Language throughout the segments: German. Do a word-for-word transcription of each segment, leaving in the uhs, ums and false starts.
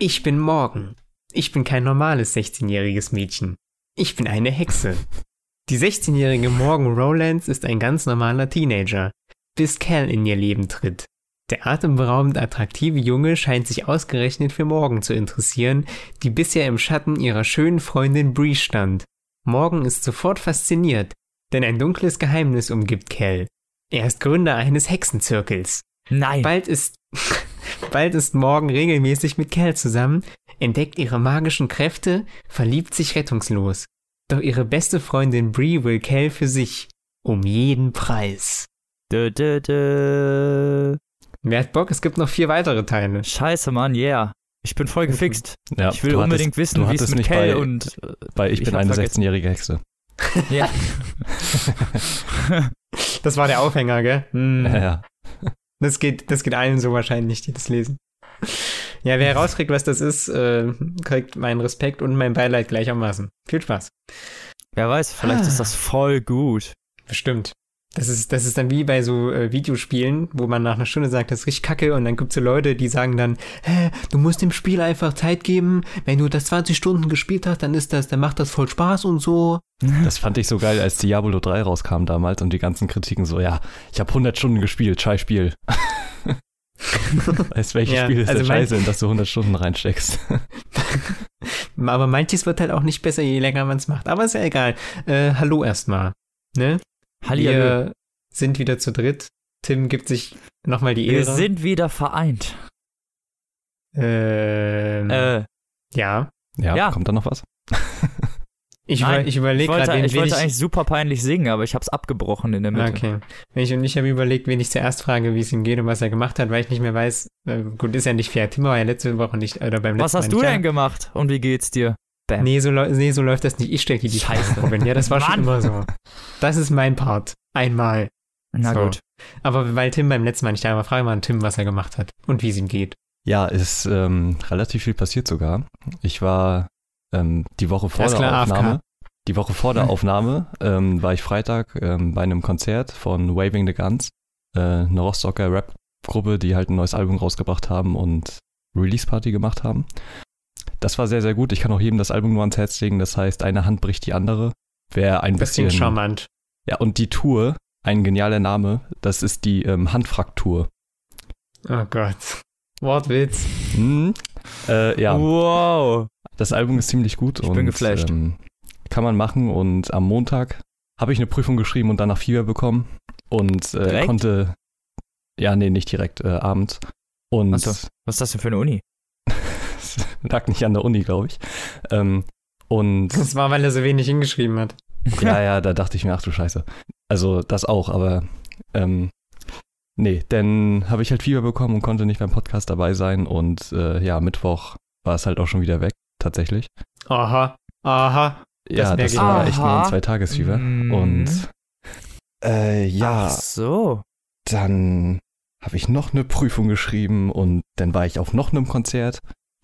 Ich bin Morgan. Ich bin kein normales sechzehnjähriges Mädchen. Ich bin eine Hexe. Die sechzehnjährige Morgan Rowlands ist ein ganz normaler Teenager, bis Cal in ihr Leben tritt. Der atemberaubend attraktive Junge scheint sich ausgerechnet für Morgan zu interessieren, die bisher im Schatten ihrer schönen Freundin Bree stand. Morgan ist sofort fasziniert, denn ein dunkles Geheimnis umgibt Cal. Er ist Gründer eines Hexenzirkels. Nein. Bald ist, bald ist Morgan regelmäßig mit Cal zusammen, entdeckt ihre magischen Kräfte, verliebt sich rettungslos. Doch ihre beste Freundin Bree will Cal für sich. Um jeden Preis. Dö, dö, dö. Wer hat Bock? Es gibt noch vier weitere Teile. Scheiße, Mann, yeah. Ich bin voll gefixt. Ja, ich will du unbedingt hattest, wissen, du wie es hattest mit nicht Cal bei, und... bei Ich, ich bin hab eine vergessen. sechzehnjährige Hexe. Ja. Das war der Aufhänger, gell? Hm. Ja, ja. Das geht, das geht allen so wahrscheinlich, die das lesen. Ja, wer herauskriegt, was das ist, äh, kriegt meinen Respekt und mein Beileid gleichermaßen. Viel Spaß. Wer weiß, vielleicht Ah. ist das voll gut. Bestimmt. Das ist, das ist dann wie bei so äh, Videospielen, wo man nach einer Stunde sagt, das ist richtig kacke und dann gibt es so Leute, die sagen dann, hä, du musst dem Spiel einfach Zeit geben, wenn du das zwanzig Stunden gespielt hast, dann ist das, dann macht das voll Spaß und so. Das fand ich so geil, als Diablo drei rauskam damals und die ganzen Kritiken so, ja, ich habe hundert Stunden gespielt, scheiß Spiel. Weißt, welches Ja, Spiel ist also denn mein- scheiße, in das du hundert Stunden reinsteckst? Aber manches wird halt auch nicht besser, je länger man es macht. Aber ist ja egal. Äh, hallo erstmal. Ne? Hallihallo. Wir sind wieder zu dritt. Tim gibt sich nochmal die Wir Ehre. sind wieder vereint. Ähm, Äh, ja. Ja, Ja. kommt da noch was? Ich, Nein, über, ich überlege ich wollte, gerade, wen, ich wen wollte ich... eigentlich super peinlich singen, aber ich hab's abgebrochen in der Mitte. Okay. Ich, und ich habe überlegt, wen ich zuerst frage, wie es ihm geht und was er gemacht hat, weil ich nicht mehr weiß. Äh, gut, ist ja nicht fair. Tim war ja letzte Woche nicht, oder beim Was letzten hast Mal du nicht denn da. gemacht und wie geht's dir? Bam. Nee so, läu- nee, so läuft das nicht. Ich stelle dir die Scheiße. Frage, Robin. Ja, das war schon Mann. immer so. Das ist mein Part. Einmal. Na so. gut. Aber weil Tim beim letzten Mal nicht da war, frage mal an Tim, was er gemacht hat und wie es ihm geht. Ja, ist ähm, relativ viel passiert sogar. Ich war ähm, die Woche vor Alles der klar, A F K. Aufnahme. Die Woche vor der Hm. Aufnahme ähm, war ich Freitag ähm, bei einem Konzert von Waving the Guns, äh, eine Rostocker Rap-Gruppe, die halt ein neues Album rausgebracht haben und Release-Party gemacht haben. Das war sehr, sehr gut. Ich kann auch jedem das Album nur ans Herz legen. Das heißt, eine Hand bricht die andere. Wer ein Das bisschen... klingt charmant. Ja, und die Tour, ein genialer Name, das ist die ähm, Handfraktur. Oh Gott. Wortwitz. Hm, äh, ja. Wow. Das Album ist ziemlich gut Ich und bin geflasht. Ähm, kann man machen und am Montag habe ich eine Prüfung geschrieben und danach Fieber bekommen und äh, Direkt? konnte, ja nee, nicht direkt, äh, abends und Achso, was ist das denn für eine Uni? lag nicht an der Uni, glaube ich. Ähm, und Das war, weil er so wenig hingeschrieben hat. ja, ja, da dachte ich mir, ach du Scheiße. Also das auch, aber ähm, nee, dann habe ich halt Fieber bekommen und konnte nicht beim Podcast dabei sein und äh, ja, Mittwoch war es halt auch schon wieder weg, tatsächlich. Aha. Aha. Ja, merke das ich war mir. echt nur ein Aha. Zweitagesfieber. Mhm. Und äh, ja, Ach so. dann habe ich noch eine Prüfung geschrieben und dann war ich auf noch einem Konzert.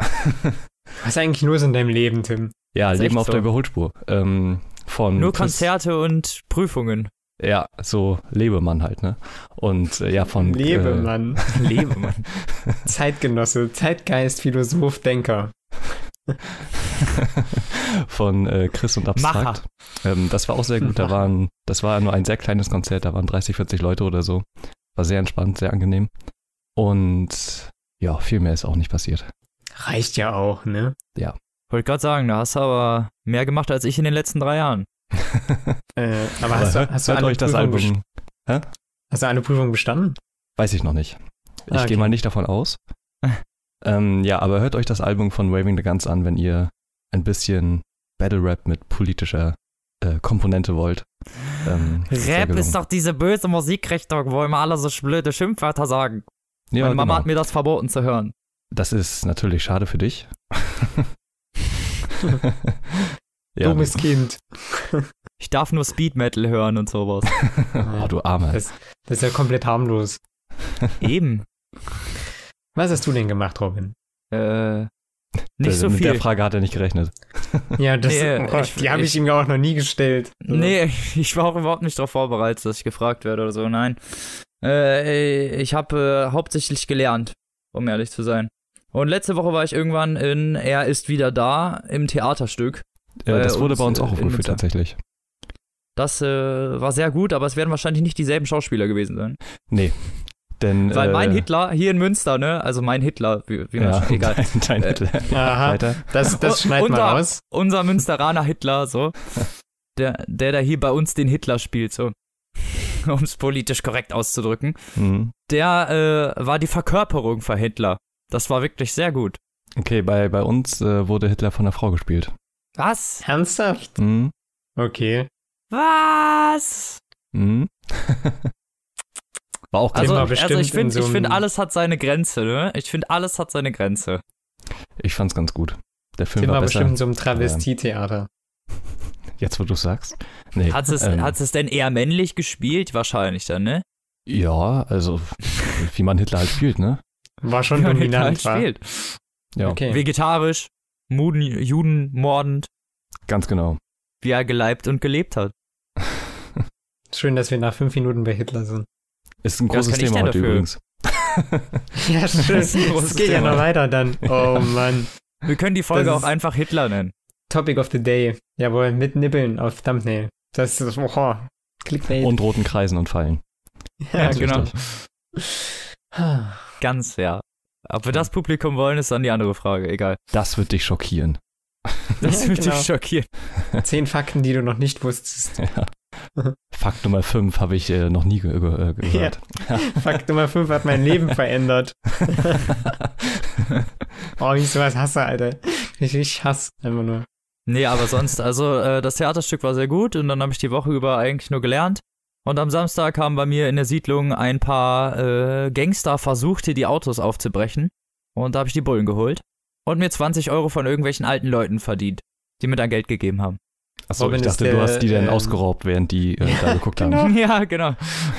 Was ist eigentlich los in deinem Leben, Tim? Ja, Ist Leben echt auf so. der Überholspur. Ähm, von Nur Chris- Konzerte und Prüfungen. Ja, so Lebemann halt, ne? Und äh, ja, von Lebemann. Lebemann. Zeitgenosse, Zeitgeist, Philosoph, Denker. Äh, von äh, Chris und Abstrakt. Ähm, das war auch sehr gut. Da Macher. waren, das war nur ein sehr kleines Konzert, da waren dreißig, vierzig Leute oder so. War sehr entspannt, sehr angenehm. Und ja, viel mehr ist auch nicht passiert. Reicht ja auch, ne? Wollte gerade sagen, da hast du aber mehr gemacht als ich in den letzten drei Jahren. Äh, aber hast du, hast, du hört alle euch das Prüfungen Album. best- hast du alle Prüfungen bestanden? Weiß ich noch nicht. Ich Ah, okay. gehe mal nicht davon aus. ähm, ja, aber hört euch das Album von Waving the Guns an, wenn ihr ein bisschen Battle Rap mit politischer äh, Komponente wollt. Ähm, sehr Rap gelungen. ist doch diese böse Musikrichtung, wo immer alle so blöde Schimpfwörter sagen. ja, Meine Mama genau. hat mir das verboten zu hören. Das ist natürlich schade für dich. ja, Dummes Kind. Ich darf nur Speed Metal hören und sowas. oh, du Arme. Das, das ist ja komplett harmlos. Eben. Was hast du denn gemacht, Robin? Äh, nicht Das- so mit viel. der Frage hat er nicht gerechnet. Ja, das, Nee, oh, ich- die habe ich, ich- ihm ja auch noch nie gestellt. Nee, ich war auch überhaupt nicht darauf vorbereitet, dass ich gefragt werde oder so. Nein. Äh, ich habe äh, hauptsächlich gelernt, um ehrlich zu sein. Und letzte Woche war ich irgendwann in Er ist wieder da im Theaterstück. Äh, das Äh, wurde und, bei uns auch äh, in aufgeführt Münster. tatsächlich. Das äh, war sehr gut, aber es werden wahrscheinlich nicht dieselben Schauspieler gewesen sein. Nee. Denn, Weil mein äh, Hitler hier in Münster, ne, also mein Hitler, wie, wie man ja, schon, egal. Dein, dein Äh, Hitler. Aha, Weiter. das, das schneiden wir unser, raus. Unser Münsteraner Hitler, so. Der, der da hier bei uns den Hitler spielt, so. Um es politisch korrekt auszudrücken. Mhm. Der äh, war die Verkörperung für Hitler. Das war wirklich sehr gut. Okay, bei, bei uns äh, wurde Hitler von einer Frau gespielt. Was? Ernsthaft? Mhm. Okay. Was? Mhm. War auch Also, Immer also bestimmt ich finde, in so ich finde, einem- alles hat seine Grenze, ne? Ich finde, alles hat seine Grenze. Ich fand's ganz gut. Der Film Tim war war besser. bestimmt in so einem Travestietheater. Jetzt, wo du sagst. Nee. Hat es, ähm, hat es denn eher männlich gespielt? Wahrscheinlich dann, ne? Ja, also wie man Hitler halt spielt, ne? War schon Wie man Hitler dominant, halt war. spielt. Ja, Okay. Vegetarisch, Muden, Juden mordend, ganz genau. wie er geleibt und gelebt hat. Schön, dass wir nach fünf Minuten bei Hitler sind. Ist ein Ja, was großes kann ich Thema denn heute dafür? übrigens. Ja, schön. Das ist ein Es großes geht ja Thema. noch weiter dann. Oh Mann. Wir können die Folge Das auch ist- einfach Hitler nennen. Topic of the Day. Jawohl, mit Nippeln auf Thumbnail. Das ist, oh, Clickbait. Und roten Kreisen und Pfeilen. ja, Ganz genau. wichtig. Ganz, ja. Ob wir das Publikum wollen, ist dann die andere Frage. Egal. Das wird dich schockieren. Das Ja, würde genau. dich schockieren. Zehn Fakten, die du noch nicht wusstest. Ja. Fakt Nummer fünf habe ich äh, noch nie ge ge äh, gehört. Fakt Nummer fünf hat mein Leben verändert. Oh, wie ich sowas hasse, Alter. Ich, ich hasse einfach nur. Nee, aber sonst, also äh, das Theaterstück war sehr gut und dann habe ich die Woche über eigentlich nur gelernt. Und am Samstag haben bei mir in der Siedlung ein paar äh, Gangster versucht, hier die Autos aufzubrechen. Und da habe ich die Bullen geholt. Und mir zwanzig Euro von irgendwelchen alten Leuten verdient, die mir dann Geld gegeben haben. Achso, Robin ich ist dachte, du der, hast die dann ähm, ausgeraubt, während die äh, da geguckt genau. haben. Ja, genau.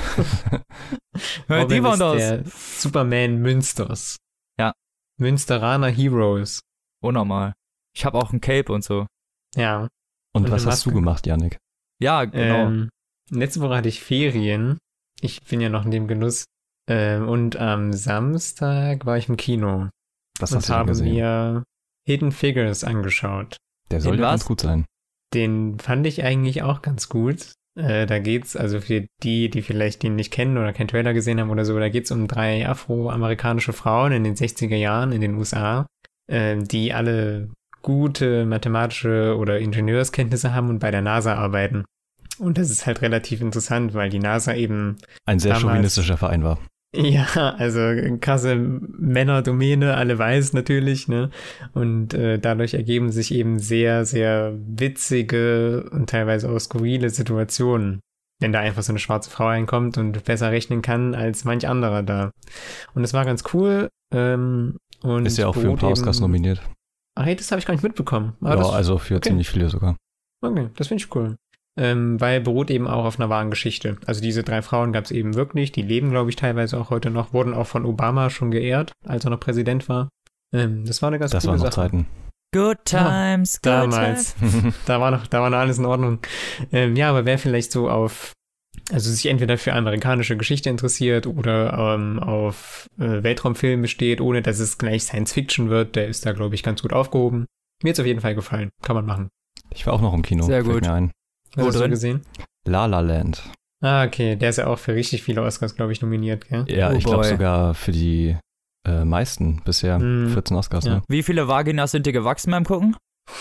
Robin die waren ist das. der Superman Münsters. Ja. Münsteraner Heroes. Unnormal. Ich habe auch ein Cape und so. Ja. Und, Und was eine hast du Maske. gemacht, Yannick? Ja, genau. Ähm, letzte Woche hatte ich Ferien. Ich bin ja noch in dem Genuss. Ähm, und am Samstag war ich im Kino Was und hast du denn habe gesehen? mir Hidden Figures angeschaut. Der soll In ja was? ganz gut sein. Den fand ich eigentlich auch ganz gut. Äh, da geht's, also für die, die vielleicht den nicht kennen oder keinen Trailer gesehen haben oder so, da geht's um drei afroamerikanische Frauen in den sechziger Jahren in den U S A, äh, die alle gute mathematische oder Ingenieurskenntnisse haben und bei der NASA arbeiten. Und das ist halt relativ interessant, weil die NASA eben, Ein sehr Damals- chauvinistischer Verein war. ja, also krasse Männerdomäne, alle weiß natürlich, ne? Und äh, dadurch ergeben sich eben sehr, sehr witzige und teilweise auch skurrile Situationen, wenn da einfach so eine schwarze Frau reinkommt und besser rechnen kann als manch anderer da. Und es war ganz cool. Ähm, und Ist ja auch für ein beruht paar Oscars eben- nominiert. Ach, hey, das habe ich gar nicht mitbekommen. Aber Ja, das, also für okay. ziemlich viele sogar. Okay, das finde ich cool. Ähm, weil beruht eben auch auf einer wahren Geschichte. Also diese drei Frauen gab es eben wirklich. Die leben, glaube ich, teilweise auch heute noch. Wurden auch von Obama schon geehrt, als er noch Präsident war. Ähm, das war eine ganz Das coole waren noch Sache. Zeiten. Good times, good Damals. times. Da war noch, da war noch alles in Ordnung. Ähm, ja, aber wer vielleicht so auf, also sich entweder für amerikanische Geschichte interessiert oder ähm, auf äh, Weltraumfilme steht, ohne dass es gleich Science Fiction wird, der ist da, glaube ich, ganz gut aufgehoben. Mir hat's auf jeden Fall gefallen. Kann man machen. Ich war auch noch im Kino. Sehr fällt gut. Mir ein. Was Wo hast du drin? gesehen? La La Land. Ah, okay. Der ist ja auch für richtig viele Oscars, glaube ich, nominiert, gell? Ja, Oh ich glaube boy. sogar für die äh, meisten bisher. Hm. vierzehn Oscars, Ja. ne? Wie viele Vaginas sind dir gewachsen beim Gucken?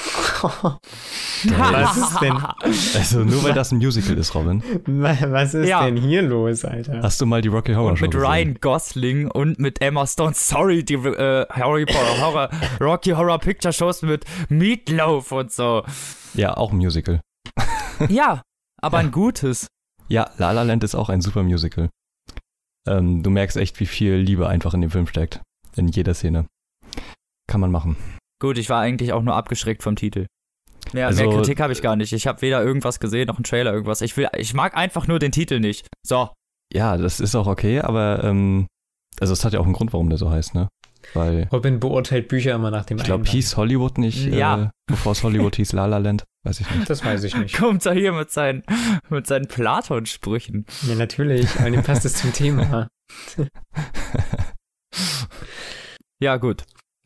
Was ist denn, Also nur weil das ein Musical ist, Robin. was ist Ja. denn hier los, Alter? Hast du mal die Rocky Horror Und Show mit gesehen? Ryan Gosling und mit Emma Stone. Sorry, die äh, Harry Potter Horror, Rocky Horror Picture Shows mit Meatloaf und so. Ja, auch ein Musical. Ja, aber ein gutes. Ja, La La Land ist auch ein super Musical. Ähm, du merkst echt, wie viel Liebe einfach in dem Film steckt. In jeder Szene. Kann man machen. Gut, ich war eigentlich auch nur abgeschreckt vom Titel. Mehr, Also- mehr Kritik habe ich gar nicht. Ich habe weder irgendwas gesehen, noch einen Trailer, irgendwas. Ich will, ich mag einfach nur den Titel nicht. So. Ja, das ist auch okay, aber ähm, also es hat ja auch einen Grund, warum der so heißt, ne? Weil Robin beurteilt Bücher immer nach dem ich glaube, Einband. hieß Hollywood nicht, Ja. äh, bevor es Hollywood hieß La La Land. Weiß ich nicht. Das weiß ich nicht. Kommt er hier mit seinen, mit seinen Platon-Sprüchen. Ja, natürlich. Aber dem passt es zum Thema. Ja, gut.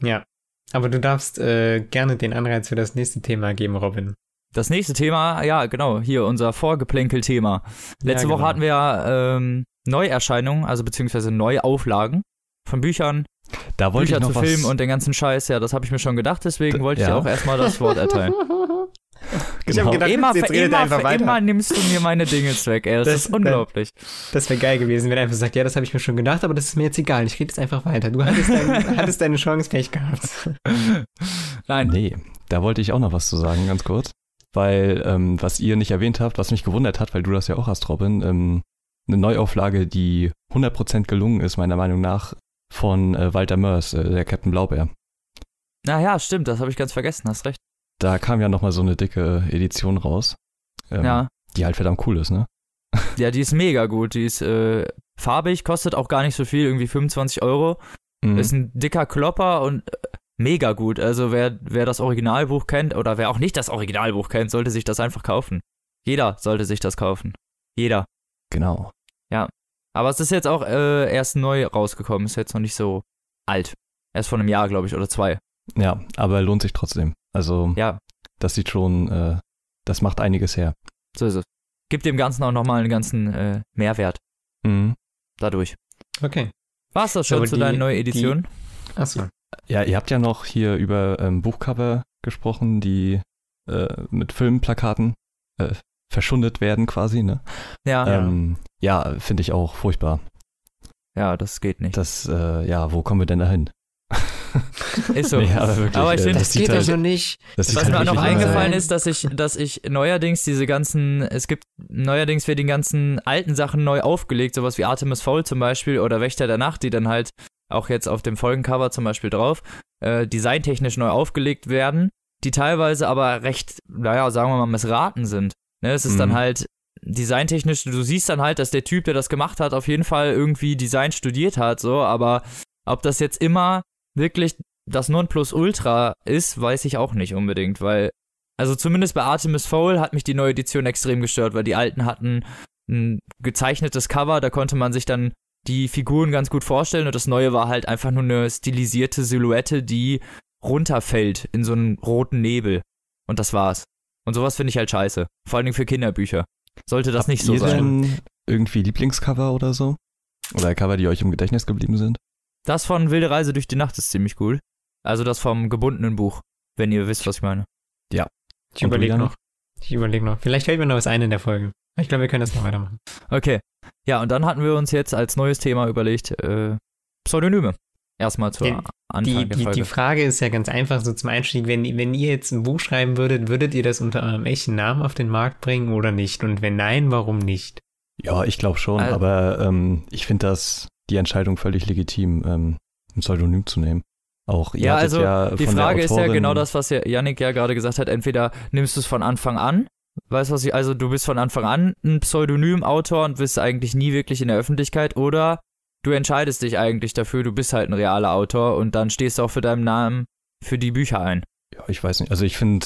Ja, aber du darfst äh, gerne den Anreiz für das nächste Thema geben, Robin. Das nächste Thema, ja genau, hier unser Vorgeplänkel-Thema. Letzte Ja, genau. Woche hatten wir ja ähm, Neuerscheinungen, also beziehungsweise Neuauflagen von Büchern, Da wollte Bücher ich noch zu was, Filmen und den ganzen Scheiß. Ja, das habe ich mir schon gedacht, deswegen D- wollte ich ja. dir auch erstmal das Wort erteilen. Ich Genau. habe gedacht, Immer, jetzt für, redet er immer, einfach für weiter. immer nimmst du mir meine Dinge weg, ey. Das, Das- ist unglaublich. Das wäre geil gewesen, wenn er einfach sagt, ja, das habe ich mir schon gedacht, aber das ist mir jetzt egal, ich rede jetzt einfach weiter. Du hattest, dein, hattest deine Chance, Pech gehabt. Nein, Nee, da wollte ich auch noch was zu sagen, ganz kurz. Weil, ähm, was ihr nicht erwähnt habt, was mich gewundert hat, weil du das ja auch hast, Robin, ähm, eine Neuauflage, die hundert Prozent gelungen ist, meiner Meinung nach, von äh, Walter Mörs, äh, der Captain Blaubeer. naja, stimmt, das habe ich ganz vergessen, hast recht. Da kam ja nochmal so eine dicke Edition raus, ähm, Ja. die halt verdammt cool ist, ne? Ja, die ist mega gut. Die ist äh, farbig, kostet auch gar nicht so viel, irgendwie fünfundzwanzig Euro. Mhm. Ist ein dicker Klopper und äh, mega gut. Also wer, wer das Originalbuch kennt oder wer auch nicht das Originalbuch kennt, sollte sich das einfach kaufen. Jeder sollte sich das kaufen. Jeder. Genau. Aber es ist jetzt auch äh, erst neu rausgekommen, ist jetzt noch nicht so alt. Erst vor einem Jahr, glaube ich, oder zwei. Ja, aber lohnt sich trotzdem. Also, Ja, das sieht schon, äh, das macht einiges her. so ist es. Gibt dem Ganzen auch nochmal einen ganzen äh, Mehrwert Mhm. dadurch. Okay. War's das schon Aber zu die- deinen neuen Editionen? Achso. Ja, ihr habt ja noch hier über ähm, Buchcover gesprochen, die äh, mit Filmplakaten äh, verschundet werden quasi, ne? Ja, Ja. Ähm, ja, finde ich auch furchtbar. ja, das geht nicht. Das, äh, ja, wo kommen wir denn dahin? Ist so. Nee, aber wirklich, Aber ich äh, finde, Das sieht geht halt- also nicht. das sieht Was halt mir auch noch wirklich eingefallen äh, ist, dass ich, dass ich neuerdings diese ganzen, es gibt neuerdings werden die ganzen alten Sachen neu aufgelegt, sowas wie Artemis Fowl zum Beispiel oder Wächter der Nacht, die dann halt auch jetzt auf dem Folgencover zum Beispiel drauf, äh, designtechnisch neu aufgelegt werden, die teilweise aber recht, naja, sagen wir mal, missraten sind. Ne, es ist Mhm. dann halt designtechnisch, du siehst dann halt, dass der Typ, der das gemacht hat, auf jeden Fall irgendwie Design studiert hat, so, aber ob das jetzt immer wirklich das Nonplusultra ist, weiß ich auch nicht unbedingt, weil, also zumindest bei Artemis Fowl hat mich die neue Edition extrem gestört, weil die alten hatten ein gezeichnetes Cover, da konnte man sich dann die Figuren ganz gut vorstellen und das neue war halt einfach nur eine stilisierte Silhouette, die runterfällt in so einen roten Nebel und das war's. Und sowas finde ich halt scheiße, vor allen Dingen für Kinderbücher. Sollte das Habt nicht so ihr sein. denn irgendwie Lieblingscover oder so? Oder Cover, die euch im Gedächtnis geblieben sind? Das von Wilde Reise durch die Nacht ist ziemlich cool. Also das vom gebundenen Buch, wenn ihr wisst, was ich meine. Ich Und du, überlege Janik? noch. Ich überlege noch. Vielleicht fällt mir noch was ein in der Folge. Ich glaube, wir können das noch weitermachen. Okay. Ja, und dann hatten wir uns jetzt als neues Thema überlegt, äh, Pseudonyme. Erstmal zur Die- Anfang Die, der die, Folge. die Frage ist ja ganz einfach so zum Einstieg. Wenn, wenn ihr jetzt ein Buch schreiben würdet, würdet ihr das unter eurem echten Namen auf den Markt bringen oder nicht? Und wenn nein, warum nicht? Ja, ich glaube schon, Also- aber ähm, ich finde das die Entscheidung völlig legitim, ähm, ein Pseudonym zu nehmen. Auch ihr Ja, hattet also ja die von der Frage ist ja Autorin- genau das, was ja Yannick ja gerade gesagt hat. Entweder nimmst du es von Anfang an, weißt du was ich, also du bist von Anfang an ein Pseudonym-Autor und bist eigentlich nie wirklich in der Öffentlichkeit, oder du entscheidest dich eigentlich dafür, du bist halt ein realer Autor und dann stehst du auch für deinen Namen für die Bücher ein. Ja, ich weiß nicht. Also ich finde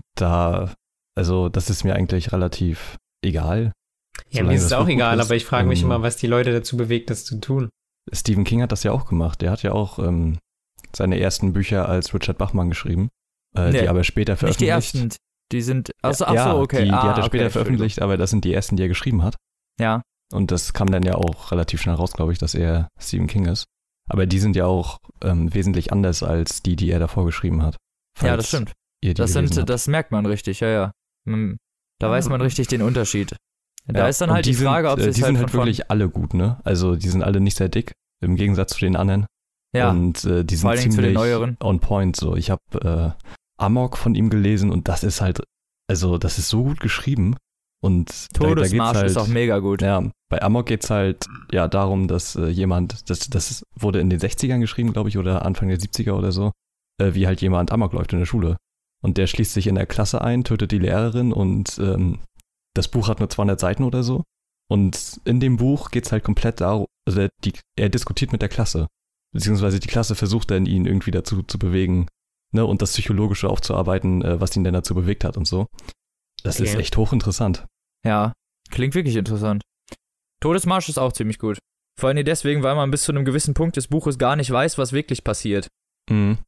da, also das ist mir eigentlich relativ egal. Ja, Solange mir ist es das auch Buch gut egal, ist, aber ich frage mich ähm, immer, was die Leute dazu bewegt, das zu tun. Stephen King hat das ja auch gemacht. Der hat ja auch ähm, seine ersten Bücher als Richard Bachman geschrieben, äh, Nee, die aber später Nicht die veröffentlicht. ersten, die sind, achso, ach ja, so, okay. Die, die ah, hat er okay, später veröffentlicht, aber das sind die ersten, die er geschrieben hat. Ja, Und das kam dann ja auch relativ schnell raus, glaube ich, dass er Stephen King ist. Aber die sind ja auch ähm, wesentlich anders als die, die er davor geschrieben hat. ja, Falls das stimmt. Ihr die Das, gelesen sind, habt. das merkt man richtig, ja, ja. Man, da weiß man richtig den Unterschied. Da Ja, ist dann und halt die Frage, sind, ob äh, sie es die halt sind von halt wirklich alle gut, ne? Also die sind alle nicht sehr dick, im Gegensatz zu den anderen. ja, Und äh, die vor sind allen Dingen zu den ziemlich neueren. on point. So, ich habe äh, Amok von ihm gelesen und das ist halt, also das ist so gut geschrieben. Und da, da geht's Todesmarsch halt, ist auch mega gut. Ja, bei Amok geht's halt ja darum, dass äh, jemand, das, das wurde in den sechzigern geschrieben, glaube ich, oder Anfang der siebziger oder so, äh, wie halt jemand Amok läuft in der Schule. Und der schließt sich in der Klasse ein, tötet die Lehrerin und ähm, das Buch hat nur zweihundert Seiten oder so. Und in dem Buch geht's halt komplett darum, also er, die, er diskutiert mit der Klasse. Beziehungsweise die Klasse versucht dann, ihn irgendwie dazu zu bewegen, ne, und das Psychologische aufzuarbeiten, äh, was ihn denn dazu bewegt hat und so. Das Okay. ist echt hochinteressant. Ja, klingt wirklich interessant. Todesmarsch ist auch ziemlich gut. Vor allem deswegen, weil man bis zu einem gewissen Punkt des Buches gar nicht weiß, was wirklich passiert. Mhm.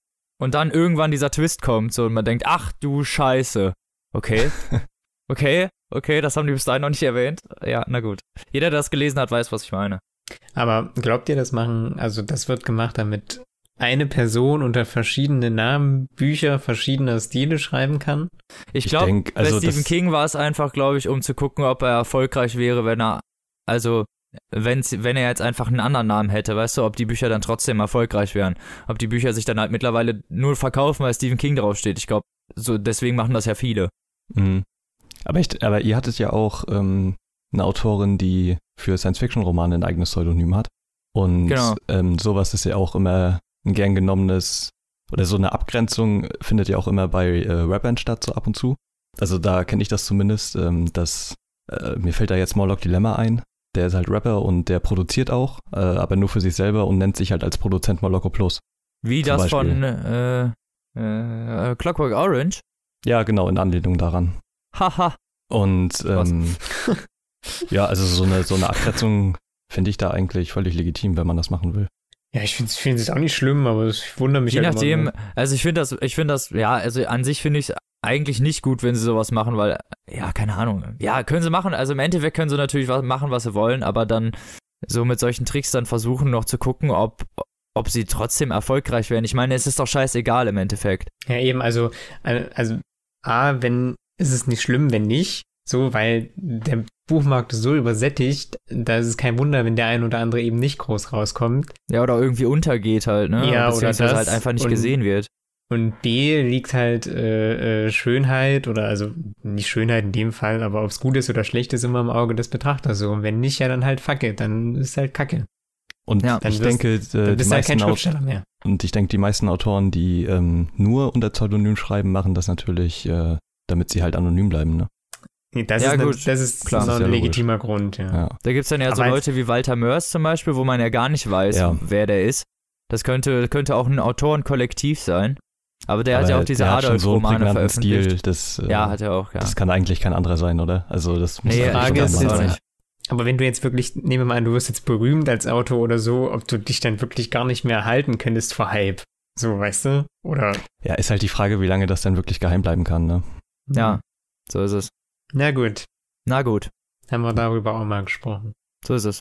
und dann irgendwann dieser Twist kommt so und man denkt, ach du Scheiße. Okay, okay, okay, das haben die bis dahin noch nicht erwähnt. Ja, na gut. Jeder, der das gelesen hat, weiß, was ich meine. Aber glaubt ihr, das machen, also das wird gemacht, damit eine Person unter verschiedenen Namen Bücher verschiedener Stile schreiben kann? Ich Ich glaube, denk, bei also Stephen das- King war es einfach, glaube ich, um zu gucken, ob er erfolgreich wäre, wenn er, also wenn's, wenn er jetzt einfach einen anderen Namen hätte, weißt du, ob die Bücher dann trotzdem erfolgreich wären. Ob die Bücher sich dann halt mittlerweile nur verkaufen, weil Stephen King draufsteht. Ich glaube, so deswegen machen das ja viele. Mhm. Aber, ich, aber ihr hattet ja auch ähm, eine Autorin, die für Science-Fiction-Romane ein eigenes Pseudonym hat. Und Genau. ähm, sowas ist ja auch immer ein gern genommenes, oder so eine Abgrenzung findet ja auch immer bei äh, Rappern statt, so ab und zu. Also da kenne ich das zumindest, ähm, dass, äh, mir fällt da jetzt Morlock Dilemma ein, der ist halt Rapper und der produziert auch, äh, aber nur für sich selber und nennt sich halt als Produzent Moloko Plus. Wie Zum das Beispiel. von äh, äh, Clockwork Orange. Ja, genau, in Anlehnung daran. Haha. Und ähm, ja, also so eine, so eine Abgrenzung finde ich da eigentlich völlig legitim, wenn man das machen will. Ja, ich finde es auch nicht schlimm, aber ich wundere mich Je halt nachdem, immer. also ich finde das, ich finde das, ja, also an sich finde ich es eigentlich nicht gut, wenn sie sowas machen, weil, ja, keine Ahnung. Ja, können sie machen, also im Endeffekt können sie natürlich was machen, was sie wollen, aber dann so mit solchen Tricks dann versuchen noch zu gucken, ob, ob sie trotzdem erfolgreich werden. Ich meine, es ist doch scheißegal im Endeffekt. Ja, eben, also, äh, also A, wenn, ist es nicht schlimm, wenn nicht, so, weil der Buchmarkt ist so übersättigt, da ist es kein Wunder, wenn der ein oder andere eben nicht groß rauskommt. Ja, oder irgendwie untergeht halt, ne? Ja, oder beziehungsweise das halt einfach nicht und- gesehen wird. Und B, liegt halt äh, äh, Schönheit oder also nicht Schönheit in dem Fall, aber ob es gut ist oder schlecht ist, immer im Auge des Betrachters so. Und wenn nicht, ja dann halt fuck it, dann ist halt Kacke. Und Ja, ich dann wirst- denke, äh, Dann die bist du halt kein meisten Au- Schriftsteller mehr. und ich denke, die meisten Autoren, die ähm, nur unter Pseudonym schreiben, machen das natürlich, äh, damit sie halt anonym bleiben, ne? Nee, das, Ja, ist, gut, das ist klar. so Das ist ein ja logisch. legitimer Grund, ja. Ja. Da gibt's dann ja so Aber Leute wie Walter Mörs zum Beispiel, wo man ja gar nicht weiß, Ja. wer der ist. Das könnte, könnte auch ein Autorenkollektiv sein. Aber der Aber hat ja auch diese der hat schon so einen Adolf-Romane prägnanten veröffentlicht. Stil, das, äh, Ja, hat er auch, ja. das kann eigentlich kein anderer sein, oder? Also das muss Nee, eigentlich Frage schon ist ein Mann jetzt- sein. nicht. Aber wenn du jetzt wirklich, nehmen wir mal an, du wirst jetzt berühmt als Autor oder so, ob du dich dann wirklich gar nicht mehr halten könntest vor Hype. So, weißt du? Oder? Ja, ist halt die Frage, wie lange das dann wirklich geheim bleiben kann, ne? Ja, so ist es. Na gut, Na gut, haben wir darüber auch mal gesprochen. so ist es.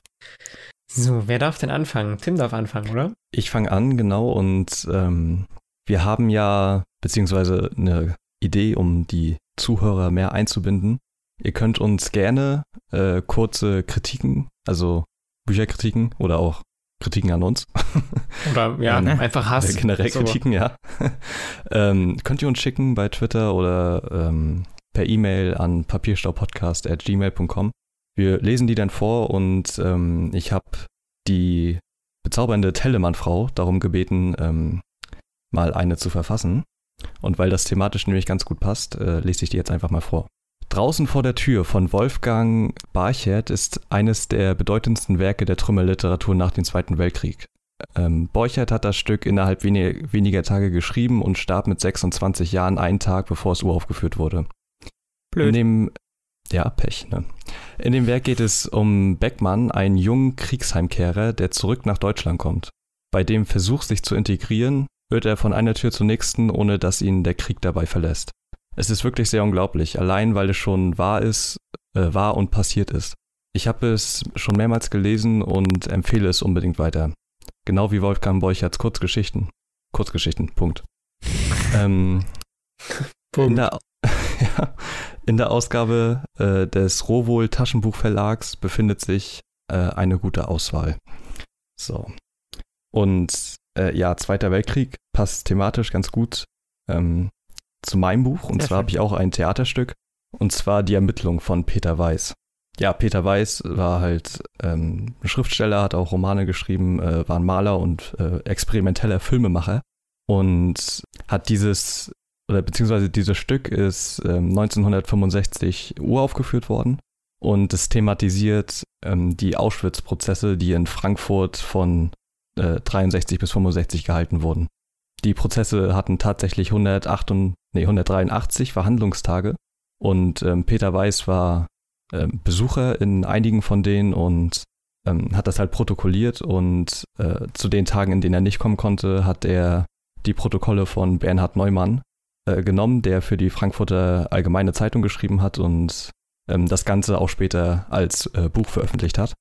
So, wer darf denn anfangen? Tim darf anfangen, oder? Ich fange an, genau, und ähm, wir haben ja, beziehungsweise eine Idee, um die Zuhörer mehr einzubinden. Ihr könnt uns gerne äh, kurze Kritiken, also Bücherkritiken oder auch Kritiken an uns, Oder, ja, Ähm, einfach Hass. äh, generell So. Kritiken, ja, ähm, könnt ihr uns schicken bei Twitter oder ähm, per E-Mail an papierstaupodcast at gmail punkt com. Wir lesen die dann vor und ähm, ich habe die bezaubernde Tellemann-Frau darum gebeten, ähm, mal eine zu verfassen. Und weil das thematisch nämlich ganz gut passt, äh, lese ich die jetzt einfach mal vor. Draußen vor der Tür von Wolfgang Borchert ist eines der bedeutendsten Werke der Trümmerliteratur nach dem Zweiten Weltkrieg. Ähm, Borchert hat das Stück innerhalb wenig, weniger Tage geschrieben und starb mit sechsundzwanzig Jahren einen Tag, bevor es uraufgeführt wurde. In Blöd. dem, ja, Pech, ne? In dem Werk geht es um Beckmann, einen jungen Kriegsheimkehrer, der zurück nach Deutschland kommt. Bei dem Versuch, sich zu integrieren, wird er von einer Tür zur nächsten, ohne dass ihn der Krieg dabei verlässt. Es ist wirklich sehr unglaublich, allein weil es schon wahr ist, äh, wahr und passiert ist. Ich habe es schon mehrmals gelesen und empfehle es unbedingt weiter. Genau wie Wolfgang Borcherts Kurzgeschichten. Kurzgeschichten, Punkt. ähm, in, der, ja, in der Ausgabe äh, des Rowohl Taschenbuchverlags befindet sich äh, eine gute Auswahl. So. Und äh, ja, Zweiter Weltkrieg passt thematisch ganz gut ähm, zu meinem Buch. Und Sehr zwar schön. habe ich auch ein Theaterstück. Und zwar Die Ermittlung von Peter Weiß. Ja, Peter Weiß war halt ähm, ein Schriftsteller, hat auch Romane geschrieben, äh, war ein Maler und äh, experimenteller Filmemacher. Und hat dieses, oder beziehungsweise dieses Stück ist ähm, neunzehnhundertfünfundsechzig uraufgeführt worden. Und es thematisiert ähm, die Auschwitz-Prozesse, die in Frankfurt von äh, dreiundsechzig bis fünfundsechzig gehalten wurden. Die Prozesse hatten tatsächlich hundertacht, nee, hundertdreiundachtzig Verhandlungstage und ähm, Peter Weiß war ähm, Besucher in einigen von denen und ähm, hat das halt protokolliert und äh, zu den Tagen, in denen er nicht kommen konnte, hat er die Protokolle von Bernhard Neumann äh, genommen, der für die Frankfurter Allgemeine Zeitung geschrieben hat und ähm, das Ganze auch später als äh, Buch veröffentlicht hat.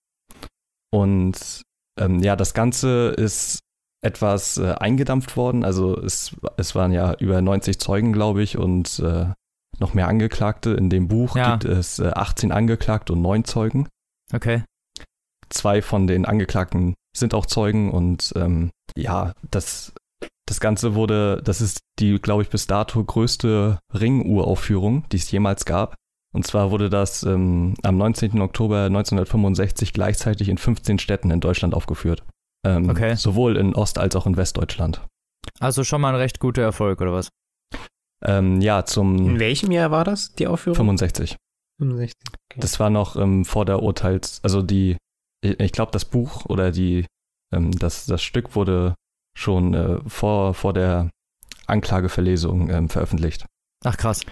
Und ähm, ja, das Ganze ist etwas äh, eingedampft worden. Also es, es waren ja über neunzig Zeugen, glaube ich, und äh, noch mehr Angeklagte. In dem Buch Ja. gibt es äh, achtzehn Angeklagte und neun Zeugen. Okay. Zwei von den Angeklagten sind auch Zeugen und ähm, ja, das, das Ganze wurde, das ist die, glaube ich, bis dato größte Ringuraufführung, die es jemals gab. Und zwar wurde das ähm, am neunzehnten Oktober neunzehnhundertfünfundsechzig gleichzeitig in fünfzehn Städten in Deutschland aufgeführt. Ähm, Okay. Sowohl in Ost- als auch in Westdeutschland. Also schon mal ein recht guter Erfolg, oder was? Ähm, ja, In zum welchem Jahr war das, die Aufführung? fünfundsechzig. fünfundsechzig. Okay. Das war noch ähm, vor der Urteils-, also die, ich glaube, das Buch oder die, ähm, das, das Stück wurde schon äh, vor, vor der Anklageverlesung ähm, veröffentlicht. Ach krass.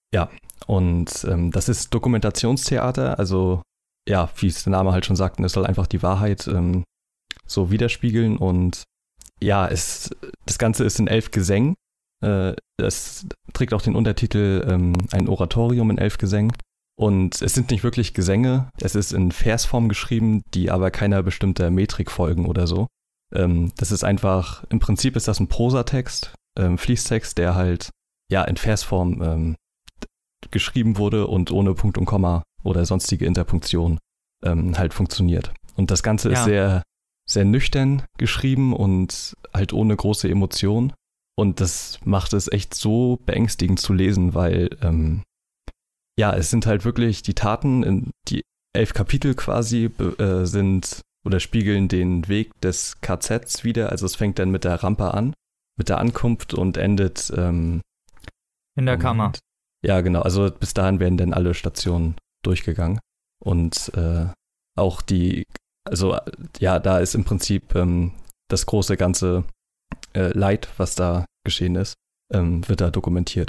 Und ähm, das ist Dokumentationstheater, also ja, wie es der Name halt schon sagt, es soll einfach die Wahrheit ähm, so widerspiegeln und ja, es, das Ganze ist in elf Gesängen. Äh, das trägt auch den Untertitel ähm, ein Oratorium in elf Gesängen. Und es sind nicht wirklich Gesänge, es ist in Versform geschrieben, die aber keiner bestimmter Metrik folgen oder so. Ähm, das ist einfach, im Prinzip ist das ein Prosatext, ähm, Fließtext, der halt ja in Versform ähm, geschrieben wurde und ohne Punkt und Komma oder sonstige Interpunktion ähm, halt funktioniert. Und das Ganze ist Ja. sehr, sehr nüchtern geschrieben und halt ohne große Emotion. Und das macht es echt so beängstigend zu lesen, weil ähm, ja, es sind halt wirklich die Taten, in die elf Kapitel quasi be- äh, sind oder spiegeln den Weg des K Zs wieder. Also es fängt dann mit der Rampe an, mit der Ankunft und endet ähm, In der Moment. Kammer. Ja, genau. Also bis dahin werden dann alle Stationen durchgegangen. Und äh, auch die, also ja, da ist im Prinzip ähm, das große ganze äh, Leid, was da geschehen ist, ähm, wird da dokumentiert.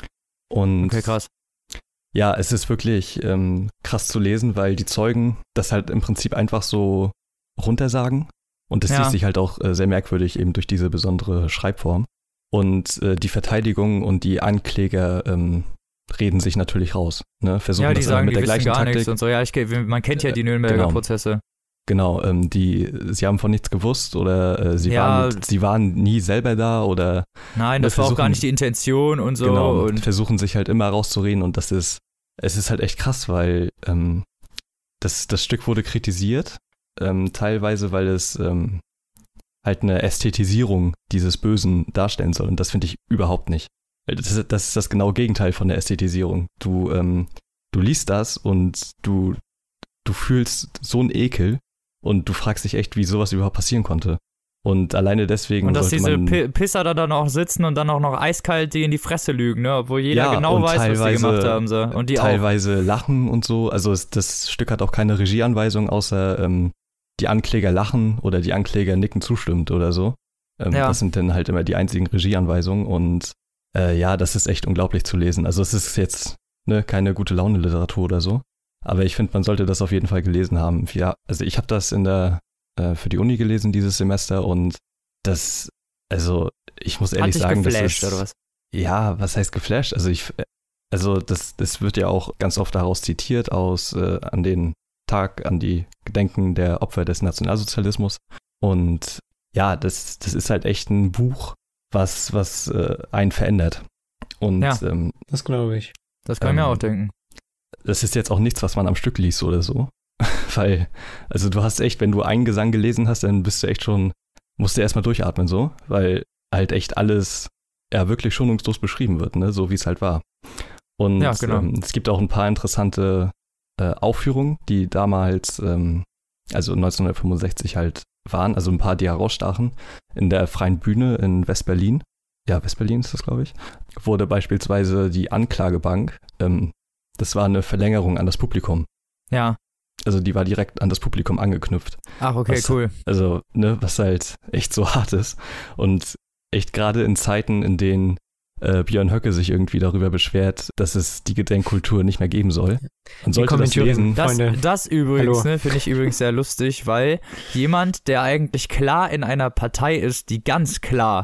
Und Okay, krass. ja, es ist wirklich ähm, krass zu lesen, weil die Zeugen das halt im Prinzip einfach so runtersagen. Und das Ja. liest sich halt auch äh, sehr merkwürdig eben durch diese besondere Schreibform. Und äh, die Verteidigung und die Ankläger ähm, reden sich natürlich raus. Ne? Versuchen Ja, die das immer sagen, mit die der wissen gleichen gar Taktik. nichts und so. Ja, ich, man kennt ja die Nürnberger genau. Prozesse. Genau, ähm, die, sie haben von nichts gewusst oder äh, sie, Ja. waren, sie waren nie selber da oder Nein, das Wir war auch gar versuchen- nicht die Intention und so. genau, Und versuchen sich halt immer rauszureden und das ist, es ist halt echt krass, weil ähm, das, das Stück wurde kritisiert, ähm, teilweise, weil es ähm, halt eine Ästhetisierung dieses Bösen darstellen soll und das finde ich überhaupt nicht. Das ist, das ist das genaue Gegenteil von der Ästhetisierung. Du, ähm, du liest das und du, du fühlst so einen Ekel und du fragst dich echt, wie sowas überhaupt passieren konnte. Und alleine deswegen Und dass sollte diese man... Pi- Pisser da dann auch sitzen und dann auch noch eiskalt die in die Fresse lügen, ne? Obwohl jeder Ja, genau und weiß, was die teilweise- gemacht haben. So. Und die auch. teilweise lachen und so. Also es, das Stück hat auch keine Regieanweisung, außer ähm, die Ankläger lachen oder die Ankläger nicken zustimmend oder so. Ähm, Ja. Das sind dann halt immer die einzigen Regieanweisungen und äh, ja, das ist echt unglaublich zu lesen. Also es ist jetzt ne, keine gute Laune-Literatur oder so, aber ich finde, man sollte das auf jeden Fall gelesen haben. Ja, also ich habe das in der äh, für die Uni gelesen dieses Semester und das, also ich muss Hat ehrlich dich sagen, das geflasht, ist, oder was? ja, was heißt geflasht? Also ich, also das, das wird ja auch ganz oft daraus zitiert aus äh, an den Tag, an die Gedenken der Opfer des Nationalsozialismus. Und ja, das, das ist halt echt ein Buch, was, was äh, einen verändert. Und Ja. ähm, Das glaube ich. Das kann ich mir Ähm, auch denken. das ist jetzt auch nichts, was man am Stück liest oder so. Weil, also du hast echt, wenn du einen Gesang gelesen hast, dann bist du echt schon, musst du erstmal durchatmen so, weil halt echt alles ja wirklich schonungslos beschrieben wird, ne, so wie es halt war. Und Ja, genau. ähm, es gibt auch ein paar interessante äh, Aufführungen, die damals, ähm, also neunzehnhundertfünfundsechzig halt waren, also ein paar, die herausstachen. In der Freien Bühne in West-Berlin, ja, West-Berlin ist das, glaube ich, wurde beispielsweise die Anklagebank, ähm, das war eine Verlängerung an das Publikum. Ja. Also die war direkt an das Publikum angeknüpft. Ach, okay, Was- cool. Also, ne, was halt echt so hart ist. Und echt gerade in Zeiten, in denen äh, Björn Höcke sich irgendwie darüber beschwert, dass es die Gedenkkultur nicht mehr geben soll. Man sollte das kommentieren lesen. Das, Freunde. das übrigens, Hallo. ne, finde ich übrigens sehr lustig, weil jemand, der eigentlich klar in einer Partei ist, die ganz klar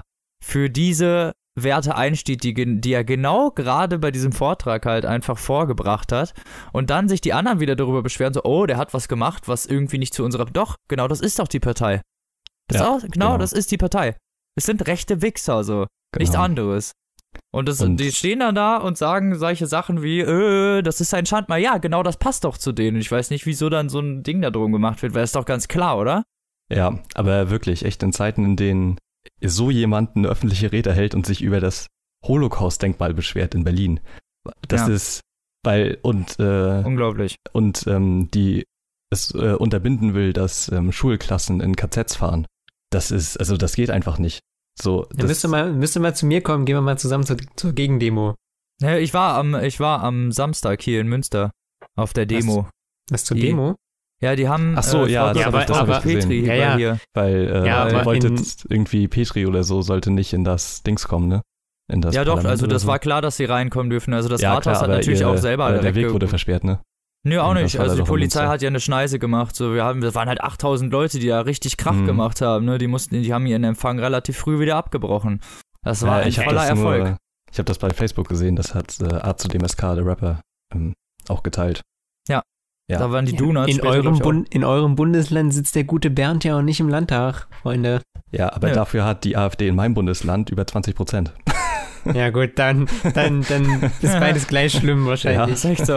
für diese Werte einsteht, die, die er genau gerade bei diesem Vortrag halt einfach vorgebracht hat und dann sich die anderen wieder darüber beschweren, so, oh, der hat was gemacht, was irgendwie nicht zu unserer, doch, genau, das ist doch die Partei. Das Ja, ist auch, genau, genau. das ist die Partei. Es sind rechte Wichser, so, nichts Genau. anderes. Und, das, Und- die stehen dann da und sagen solche Sachen wie, äh, das ist ein Schandmal. Ja, genau, das passt doch zu denen. Ich weiß nicht, wieso dann so ein Ding da drum gemacht wird, weil ist doch ganz klar, oder? Ja, aber wirklich, echt in Zeiten, in denen so jemand eine öffentliche Rede hält und sich über das Holocaust-Denkmal beschwert in Berlin. Das Ja. ist, weil, und, äh, Unglaublich. und ähm, die es äh, unterbinden will, dass ähm, Schulklassen in K Zs fahren. Das ist, also das geht einfach nicht. So, Dann das, müsst ihr mal, müsst ihr mal zu mir kommen, gehen wir mal zusammen zur, zur Gegendemo. Ja, ich war am, ich war am Samstag hier in Münster auf der Demo. Was zur Die- Demo? Ja, die haben Ach so, äh, ja, Frau das Dr. hab ich- das Frau hab ich gesehen. Petri Ja, war ja. hier. weil äh, Ja, ihr aber wolltet in- irgendwie Petri oder so sollte nicht in das Dings kommen, ne? In das Ja doch, Parlament also oder das so. war klar, dass sie reinkommen dürfen. Also das ja, Rathaus klar, hat aber natürlich ihr, auch selber äh, der direkt Weg ge- wurde versperrt, ne? Nö, auch Das nicht. war Also da die doch in Polizei Münster. hat ja eine Schneise gemacht. So, wir haben, das waren halt achttausend Leute, die da richtig Krach Mhm. gemacht haben. Ne? Die mussten, die haben ihren Empfang relativ früh wieder abgebrochen. Das war ja, ein ich hab voller das Erfolg. Nur, ich habe das bei Facebook gesehen, das hat äh, A zu D M S K, der Rapper, ähm, auch geteilt. ja. Da waren die Donuts. In später, eurem, glaub ich, auch. Bund, in eurem Bundesland sitzt der gute Bernd ja auch nicht im Landtag, Freunde. Ja, aber Ja. dafür hat die AfD in meinem Bundesland über zwanzig Prozent. Ja gut, dann, dann, dann ist beides gleich schlimm wahrscheinlich. Ist echt so.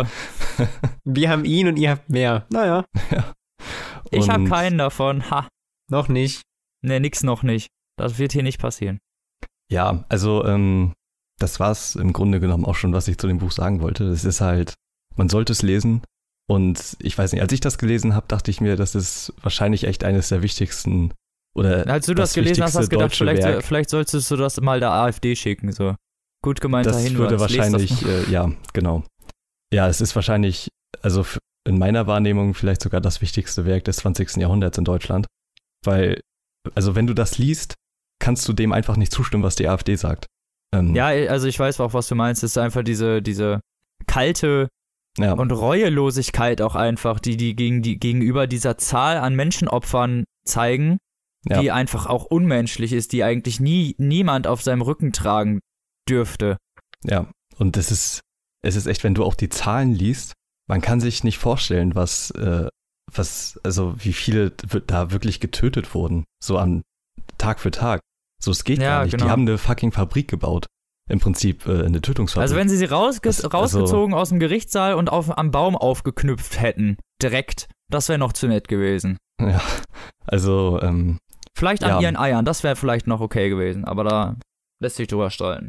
Wir haben ihn und ihr habt mehr. Naja, Ich habe Und- keinen davon. Ha. noch nicht. Ne, nix noch nicht. Das wird hier nicht passieren. Ja, also ähm, das war's im Grunde genommen auch schon, was ich zu dem Buch sagen wollte. Es ist halt, man sollte es lesen und ich weiß nicht, als ich das gelesen habe, dachte ich mir, das ist wahrscheinlich echt eines der wichtigsten oder Als du das, das gelesen hast, hast du wichtigste gedacht, deutsche vielleicht, Werk. vielleicht solltest du das mal der AfD schicken. So. Gut gemeinter Das Hinweis. würde Lest das wahrscheinlich, mal. äh, ja, genau. Ja, es ist wahrscheinlich, also f- in meiner Wahrnehmung vielleicht sogar das wichtigste Werk des zwanzigsten Jahrhunderts in Deutschland. Weil, also wenn du das liest, kannst du dem einfach nicht zustimmen, was die AfD sagt. Ähm, Ja, also ich weiß auch, was du meinst. Es ist einfach diese, diese kalte ja, und Reuelosigkeit auch einfach, die die, gegen die gegenüber dieser Zahl an Menschenopfern zeigen, ja. die einfach auch unmenschlich ist, die eigentlich nie niemand auf seinem Rücken tragen dürfte. Ja, und es ist, es ist echt, wenn du auch die Zahlen liest, man kann sich nicht vorstellen, was, äh, was, also wie viele w- da wirklich getötet wurden, so an Tag für Tag. So, es geht Ja, gar nicht. genau. Die haben eine fucking Fabrik gebaut. Im Prinzip äh, eine Tötungsfabrik. Also wenn sie sie rausge Das- also- rausgezogen aus dem Gerichtssaal und auf, am Baum aufgeknüpft hätten, direkt, das wäre noch zu nett gewesen. Ja, also, ähm, Vielleicht an Ja. ihren Eiern, das wäre vielleicht noch okay gewesen, aber da lässt sich drüber streiten.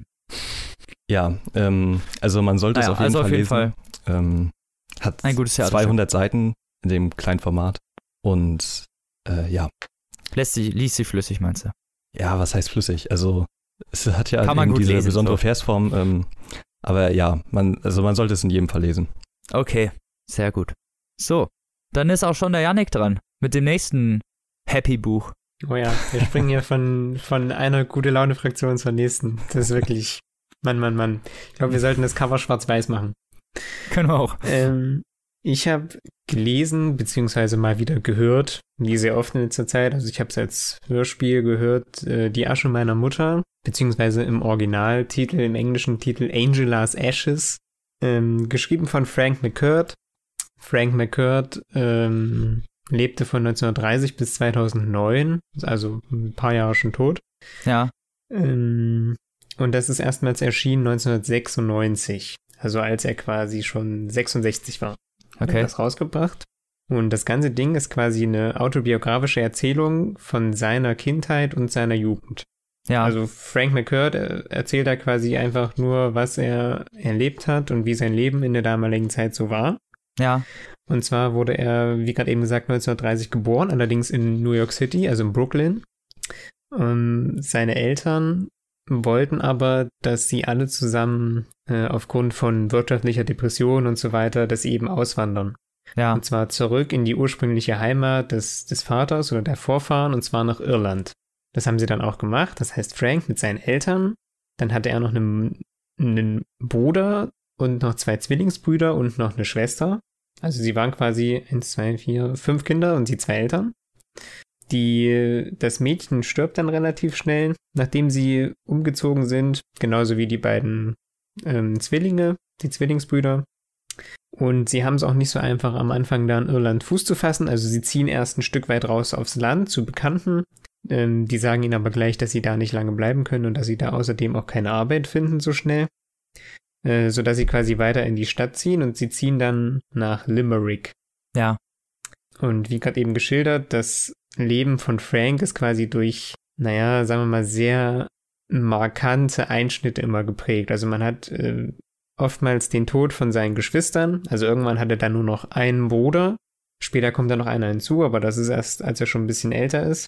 ja, ähm, also man sollte es Naja, auf jeden also Fall auf jeden lesen. Fall Ähm, hat ein gutes Theaterstück. zweihundert Seiten in dem kleinen Format und äh, ja, Lässt sie, liest sie flüssig, meinst du? ja, was heißt flüssig? Also es hat ja Kann man eben gut diese lesen, besondere so. Versform, ähm, aber ja, man, also man sollte es in jedem Fall lesen. Okay, sehr gut. So, dann ist auch schon der Yannick dran mit dem nächsten Happy-Buch. Oh ja, wir springen hier von, von einer Gute-Laune-Fraktion zur nächsten. Das ist wirklich, Mann, Mann, Mann. Ich glaube, wir sollten das Cover schwarz-weiß machen. Können wir auch. Ähm, ich habe gelesen, beziehungsweise mal wieder gehört, wie sehr oft in letzter Zeit, also ich habe es als Hörspiel gehört, äh, Die Asche meiner Mutter, beziehungsweise im Originaltitel, im englischen Titel Angela's Ashes, ähm, geschrieben von Frank McCurt. Frank McCurt ähm, lebte von neunzehnhundertdreißig bis zweitausendneun, also ein paar Jahre schon tot. Ja, Ähm, und das ist erstmals erschienen neunzehnhundertsechsundneunzig, also als er quasi schon sechsundsechzig war. Hat er okay. das rausgebracht. Und das ganze Ding ist quasi eine autobiografische Erzählung von seiner Kindheit und seiner Jugend. Ja, Also Frank McCurt äh, erzählt da quasi einfach nur, was er erlebt hat und wie sein Leben in der damaligen Zeit so war. ja, Und zwar wurde er, wie gerade eben gesagt, neunzehnhundertdreißig geboren, allerdings in New York City, also in Brooklyn. Ähm, seine Eltern wollten aber, dass sie alle zusammen äh, aufgrund von wirtschaftlicher Depression und so weiter, dass sie eben auswandern. ja, Und zwar zurück in die ursprüngliche Heimat des, des Vaters oder der Vorfahren, und zwar nach Irland. Das haben sie dann auch gemacht. Das heißt, Frank mit seinen Eltern, dann hatte er noch einen, einen Bruder und noch zwei Zwillingsbrüder und noch eine Schwester. Also sie waren quasi eins, zwei, vier, fünf Kinder und die zwei Eltern. Die, das Mädchen stirbt dann relativ schnell, nachdem sie umgezogen sind, genauso wie die beiden ähm, Zwillinge, die Zwillingsbrüder. Und sie haben es auch nicht so einfach am Anfang da in Irland Fuß zu fassen, also sie ziehen erst ein Stück weit raus aufs Land zu Bekannten. Ähm, die sagen ihnen aber gleich, dass sie da nicht lange bleiben können und dass sie da außerdem auch keine Arbeit finden so schnell, äh, sodass sie quasi weiter in die Stadt ziehen und sie ziehen dann nach Limerick. Ja. Und wie gerade eben geschildert, das Leben von Frank ist quasi durch, naja, sagen wir mal, sehr markante Einschnitte immer geprägt. Also man hat äh, oftmals den Tod von seinen Geschwistern. Also irgendwann hat er dann nur noch einen Bruder. Später kommt dann noch einer hinzu, aber das ist erst, als er schon ein bisschen älter ist.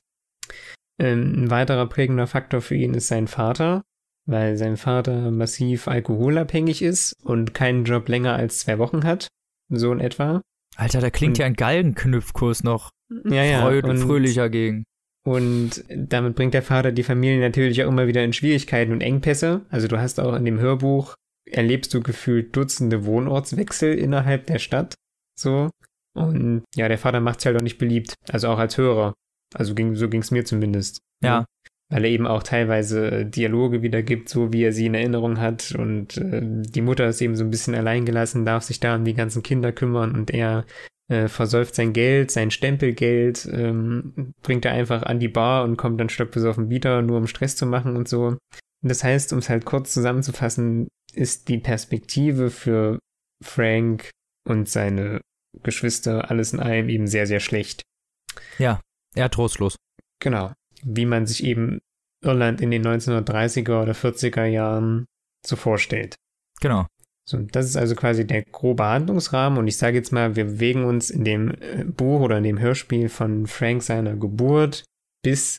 Ähm, ein weiterer prägender Faktor für ihn ist sein Vater, weil sein Vater massiv alkoholabhängig ist und keinen Job länger als zwei Wochen hat. So in etwa. Alter, da klingt und, ja ein Galgenknüpfkurs noch ja, ja, freu- und, fröhlicher gegen. Und damit bringt der Vater die Familie natürlich auch immer wieder in Schwierigkeiten und Engpässe. Also du hast auch in dem Hörbuch, erlebst du gefühlt Dutzende Wohnortswechsel innerhalb der Stadt. So. Und ja, der Vater macht es halt auch nicht beliebt. Also auch als Hörer. Also ging, so ging es mir zumindest. Ja. Weil er eben auch teilweise Dialoge wiedergibt, so wie er sie in Erinnerung hat. Und äh, die Mutter ist eben so ein bisschen alleingelassen, darf sich da um die ganzen Kinder kümmern und er äh, versäuft sein Geld, sein Stempelgeld, ähm, bringt er einfach an die Bar und kommt dann stockbesoffen wieder, nur um Stress zu machen und so. Und das heißt, um es halt kurz zusammenzufassen, ist die Perspektive für Frank und seine Geschwister alles in allem eben sehr, sehr schlecht. Ja, eher trostlos. Genau. Wie man sich eben Irland in den neunzehnhundertdreißiger oder vierziger Jahren so vorstellt. Genau. So, das ist also quasi der grobe Handlungsrahmen und ich sage jetzt mal, wir bewegen uns in dem Buch oder in dem Hörspiel von Frank seiner Geburt, bis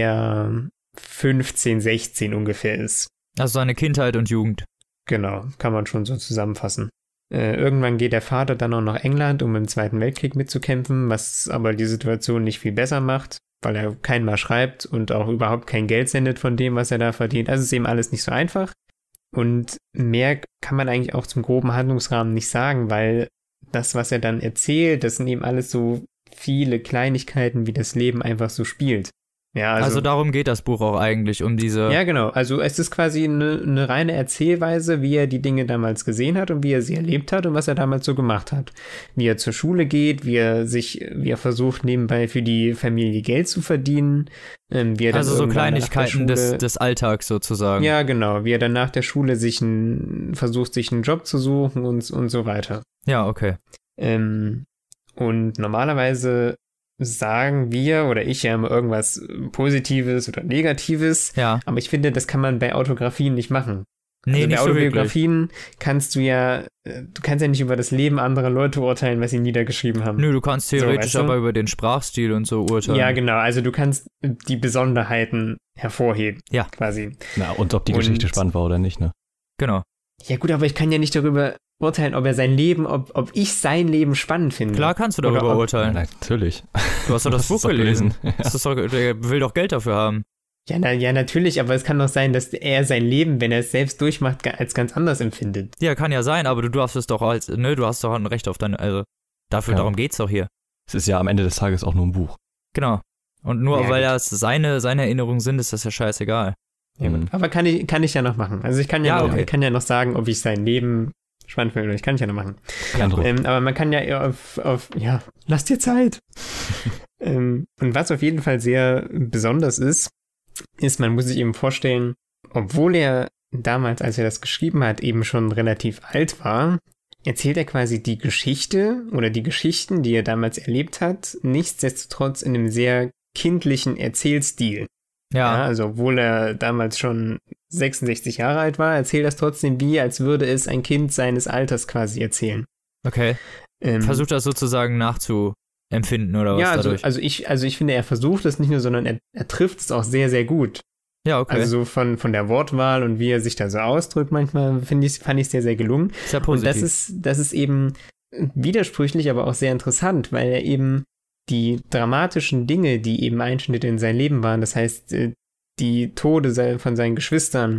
er fünfzehn, sechzehn ungefähr ist. Also seine Kindheit und Jugend. Genau, kann man schon so zusammenfassen. Äh, irgendwann geht der Vater dann auch nach England, um im Zweiten Weltkrieg mitzukämpfen, was aber die Situation nicht viel besser macht, weil er keinen mal schreibt und auch überhaupt kein Geld sendet von dem, was er da verdient. Also ist eben alles nicht so einfach. Und mehr kann man eigentlich auch zum groben Handlungsrahmen nicht sagen, weil das, was er dann erzählt, das sind eben alles so viele Kleinigkeiten, wie das Leben einfach so spielt. Ja, also, also darum geht das Buch auch eigentlich, um diese... Ja, genau. Also es ist quasi eine, eine reine Erzählweise, wie er die Dinge damals gesehen hat und wie er sie erlebt hat und was er damals so gemacht hat. Wie er zur Schule geht, wie er sich, wie er versucht, nebenbei für die Familie Geld zu verdienen. Ähm, wie er dann also so Kleinigkeiten Schule, des, des Alltags sozusagen. Ja, genau. Wie er dann nach der Schule sich ein, versucht, sich einen Job zu suchen und, und so weiter. Ja, okay. Ähm, und normalerweise sagen wir oder ich ja immer irgendwas Positives oder Negatives. Ja. Aber ich finde, das kann man bei Autografien nicht machen. Nee, also nicht bei so Autobiografien wirklich. kannst du ja, du kannst ja nicht über das Leben anderer Leute urteilen, was sie niedergeschrieben haben. Nö, du kannst theoretisch so, weißt du? aber über den Sprachstil und so urteilen. Ja, genau. Also du kannst die Besonderheiten hervorheben. Ja. Quasi. Na, und ob die Und- Geschichte spannend war oder nicht, ne? Genau. Ja gut, aber ich kann ja nicht darüber urteilen, ob er sein Leben, ob, ob ich sein Leben spannend finde. Klar kannst du darüber Oder ob- urteilen. Natürlich. Du hast doch das Hast Buch es doch gelesen. gelesen. Das ist doch, der will doch Geld dafür haben. Ja, na, ja, natürlich, aber es kann doch sein, dass er sein Leben, wenn er es selbst durchmacht, ga- als ganz anders empfindet. Ja, kann ja sein, aber du darfst es doch als, ne, du hast doch ein Recht auf deine, also dafür, Ja. darum geht's doch hier. Es ist ja am Ende des Tages auch nur ein Buch. Genau. Und nur Ja, weil gut. das seine, seine Erinnerungen sind, ist das ja scheißegal. Ja, gut. Mhm. Aber kann ich, kann ich ja noch machen. Also ich kann ja, Ja, noch, okay. ich kann ja noch sagen, ob ich sein Leben spannend finde. Ich kann ich ja noch machen. Kein Druck. Ähm, aber man kann ja eher auf, auf ja, lass dir Zeit. ähm, und was auf jeden Fall sehr besonders ist, ist, man muss sich eben vorstellen, obwohl er damals, als er das geschrieben hat, eben schon relativ alt war, erzählt er quasi die Geschichte oder die Geschichten, die er damals erlebt hat, nichtsdestotrotz in einem sehr kindlichen Erzählstil. Ja, Ja, also obwohl er damals schon sechsundsechzig Jahre alt war, erzählt er es trotzdem wie, als würde es ein Kind seines Alters quasi erzählen. okay. Ähm, Versuch das sozusagen nachzuempfinden oder was ja, also, dadurch. also ich, also ich finde, er versucht es nicht nur, sondern er, er trifft es auch sehr, sehr gut. Ja, okay. Also so von, von der Wortwahl und wie er sich da so ausdrückt, manchmal finde ich, fand ich sehr, sehr gelungen. Sehr Und positiv. das ist, das ist eben widersprüchlich, aber auch sehr interessant, weil er eben die dramatischen Dinge, die eben Einschnitte in sein Leben waren, das heißt, äh, die Tode se- von seinen Geschwistern,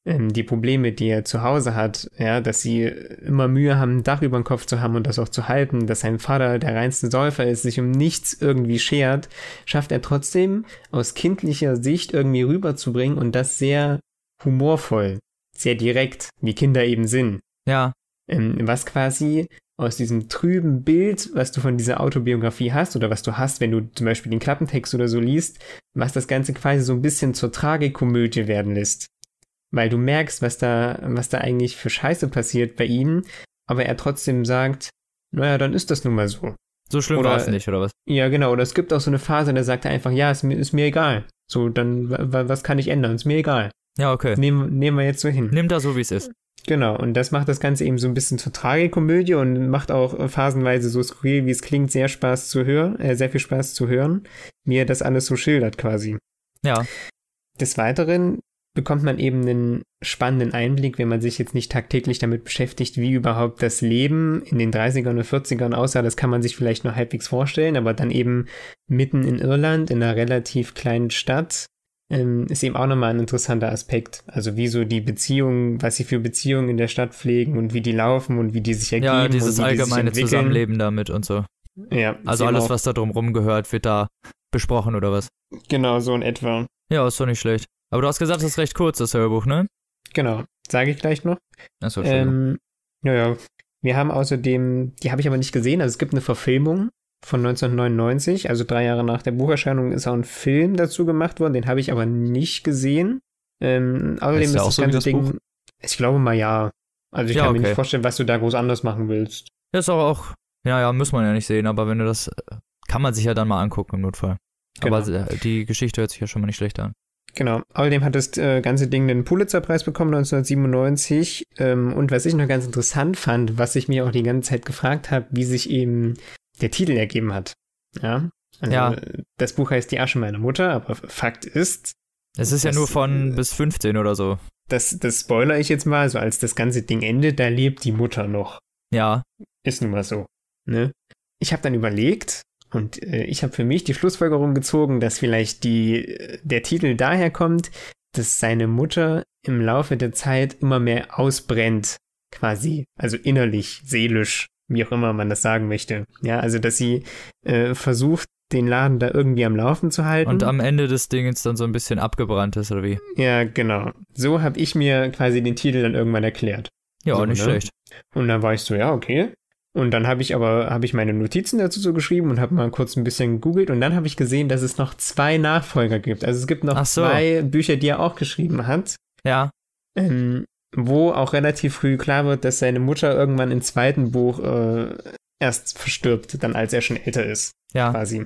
ähm, die Probleme, die er zu Hause hat, ja, dass sie immer Mühe haben, ein Dach über dem Kopf zu haben und das auch zu halten, dass sein Vater der reinste Säufer ist, sich um nichts irgendwie schert, schafft er trotzdem aus kindlicher Sicht irgendwie rüberzubringen und das sehr humorvoll, sehr direkt, wie Kinder eben sind. Ja. Ähm, was quasi aus diesem trüben Bild, was du von dieser Autobiografie hast oder was du hast, wenn du zum Beispiel den Klappentext oder so liest, was das Ganze quasi so ein bisschen zur Tragikomödie werden lässt. Weil du merkst, was da, was da eigentlich für Scheiße passiert bei ihm, aber er trotzdem sagt, naja, dann ist das nun mal so. So schlimm war es nicht, oder was? Ja, genau. Oder es gibt auch so eine Phase, da sagt er einfach, ja, ist mir, ist mir egal. So, dann, w- was kann ich ändern? Ist mir egal. Ja, okay. Nehmen, nehmen wir jetzt so hin. Nimm da so, wie es ist. Genau, und das macht das Ganze eben so ein bisschen zur Tragikomödie und macht auch phasenweise so skurril, wie es klingt, sehr Spaß zu hören, äh, sehr viel Spaß zu hören, wie er das alles so schildert quasi. Ja. Des Weiteren bekommt man eben einen spannenden Einblick, wenn man sich jetzt nicht tagtäglich damit beschäftigt, wie überhaupt das Leben in den dreißigern und vierzigern aussah. Das kann man sich vielleicht noch halbwegs vorstellen, aber dann eben mitten in Irland, in einer relativ kleinen Stadt, ähm, ist eben auch nochmal ein interessanter Aspekt. Also wie so die Beziehungen, was sie für Beziehungen in der Stadt pflegen und wie die laufen und wie die sich ergeben. Ja, dieses und wie allgemeine die sich Zusammenleben damit und so. Ja. Also alles, was da drumherum gehört, wird da besprochen, oder was? Genau, so in etwa. Ja, ist doch nicht schlecht. Aber du hast gesagt, das ist recht kurz, das Hörbuch, ne? Genau, sage ich gleich noch. Achso, ähm, Naja, wir haben außerdem, die habe ich aber nicht gesehen, also es gibt eine Verfilmung von neunzehnhundertneunundneunzig, also drei Jahre nach der Bucherscheinung ist auch ein Film dazu gemacht worden, den habe ich aber nicht gesehen. Ähm, außerdem ist, ist, das so ganze das Ding, Buch? ich glaube mal ja. Also ich ja, kann okay. mir nicht vorstellen, was du da groß anders machen willst. Das ist aber auch, ja, ja, muss man ja nicht sehen, aber wenn du das, kann man sich ja dann mal angucken im Notfall. Genau. Aber die Geschichte hört sich ja schon mal nicht schlecht an. Genau. Außerdem hat das äh, ganze Ding den Pulitzerpreis bekommen neunzehnhundertsiebenundneunzig. Ähm, und was ich noch ganz interessant fand, was ich mir auch die ganze Zeit gefragt habe, wie sich eben der Titel ergeben hat. Ja. Also, Ja. Das Buch heißt Die Asche meiner Mutter, aber Fakt ist. Es ist ja das, nur von äh, bis fünfzehn oder so. Das, das spoiler ich jetzt mal, so als das ganze Ding endet, da lebt die Mutter noch. Ja. Ist nun mal so. Ne? Ich habe dann überlegt, und äh, ich habe für mich die Schlussfolgerung gezogen, dass vielleicht die, der Titel daher kommt, dass seine Mutter im Laufe der Zeit immer mehr ausbrennt, quasi. Also innerlich, seelisch, wie auch immer man das sagen möchte. Ja, also dass sie äh, versucht, den Laden da irgendwie am Laufen zu halten. Und am Ende des Dingens dann so ein bisschen abgebrannt ist, oder wie? Ja, genau. So habe ich mir quasi den Titel dann irgendwann erklärt. Ja, so, nicht ne? schlecht. Und dann war ich so, ja, okay. Und dann habe ich aber, habe ich meine Notizen dazu so geschrieben und habe mal kurz ein bisschen gegoogelt und dann habe ich gesehen, dass es noch zwei Nachfolger gibt. Also es gibt noch Ach so. zwei Bücher, die er auch geschrieben hat, Ja. ähm, wo auch relativ früh klar wird, dass seine Mutter irgendwann im zweiten Buch äh, erst verstirbt, dann als er schon älter ist, Ja. quasi.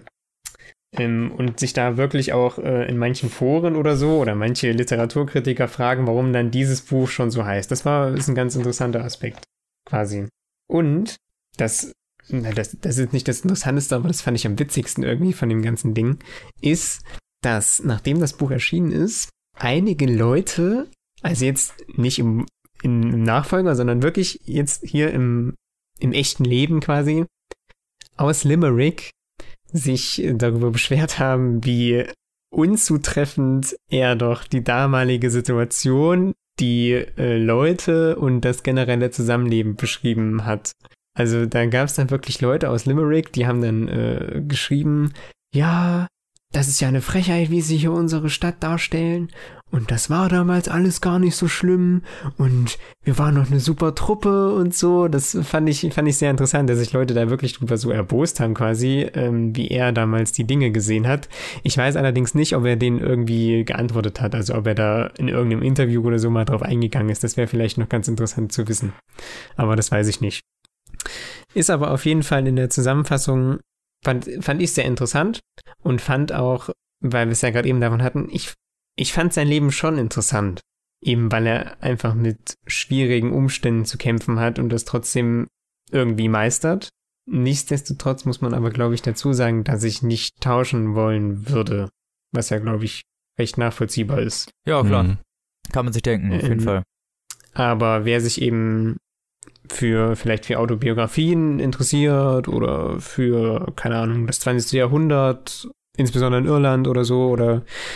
Ähm, und sich da wirklich auch äh, in manchen Foren oder so oder manche Literaturkritiker fragen, warum dann dieses Buch schon so heißt. Das war, ist ein ganz interessanter Aspekt, quasi. Und das, na, das, das ist nicht das Interessanteste, aber das fand ich am witzigsten irgendwie von dem ganzen Ding, ist, dass nachdem das Buch erschienen ist, einige Leute, also jetzt nicht im, im Nachfolger, sondern wirklich jetzt hier im, im echten Leben quasi, aus Limerick sich darüber beschwert haben, wie unzutreffend er doch die damalige Situation, die äh, Leute und das generelle Zusammenleben beschrieben hat. Also da gab es dann wirklich Leute aus Limerick, die haben dann äh, geschrieben, ja, das ist ja eine Frechheit, wie sie hier unsere Stadt darstellen. Und das war damals alles gar nicht so schlimm. Und wir waren noch eine super Truppe und so. Das fand ich, fand ich sehr interessant, dass sich Leute da wirklich drüber so erbost haben quasi, ähm, wie er damals die Dinge gesehen hat. Ich weiß allerdings nicht, ob er denen irgendwie geantwortet hat. Also ob er da in irgendeinem Interview oder so mal drauf eingegangen ist. Das wäre vielleicht noch ganz interessant zu wissen. Aber das weiß ich nicht. Ist aber auf jeden Fall in der Zusammenfassung Fand, fand ich sehr interessant und fand auch, weil wir es ja gerade eben davon hatten, ich, ich fand sein Leben schon interessant. Eben weil er einfach mit schwierigen Umständen zu kämpfen hat und das trotzdem irgendwie meistert. Nichtsdestotrotz muss man aber, glaube ich, dazu sagen, dass ich nicht tauschen wollen würde. Was ja, glaube ich, recht nachvollziehbar ist. Ja, klar. Mhm. Kann man sich denken, auf jeden Ähm, Fall. Aber wer sich eben für vielleicht für Autobiografien interessiert oder für, keine Ahnung, das zwanzigste Jahrhundert, insbesondere in Irland oder so, oder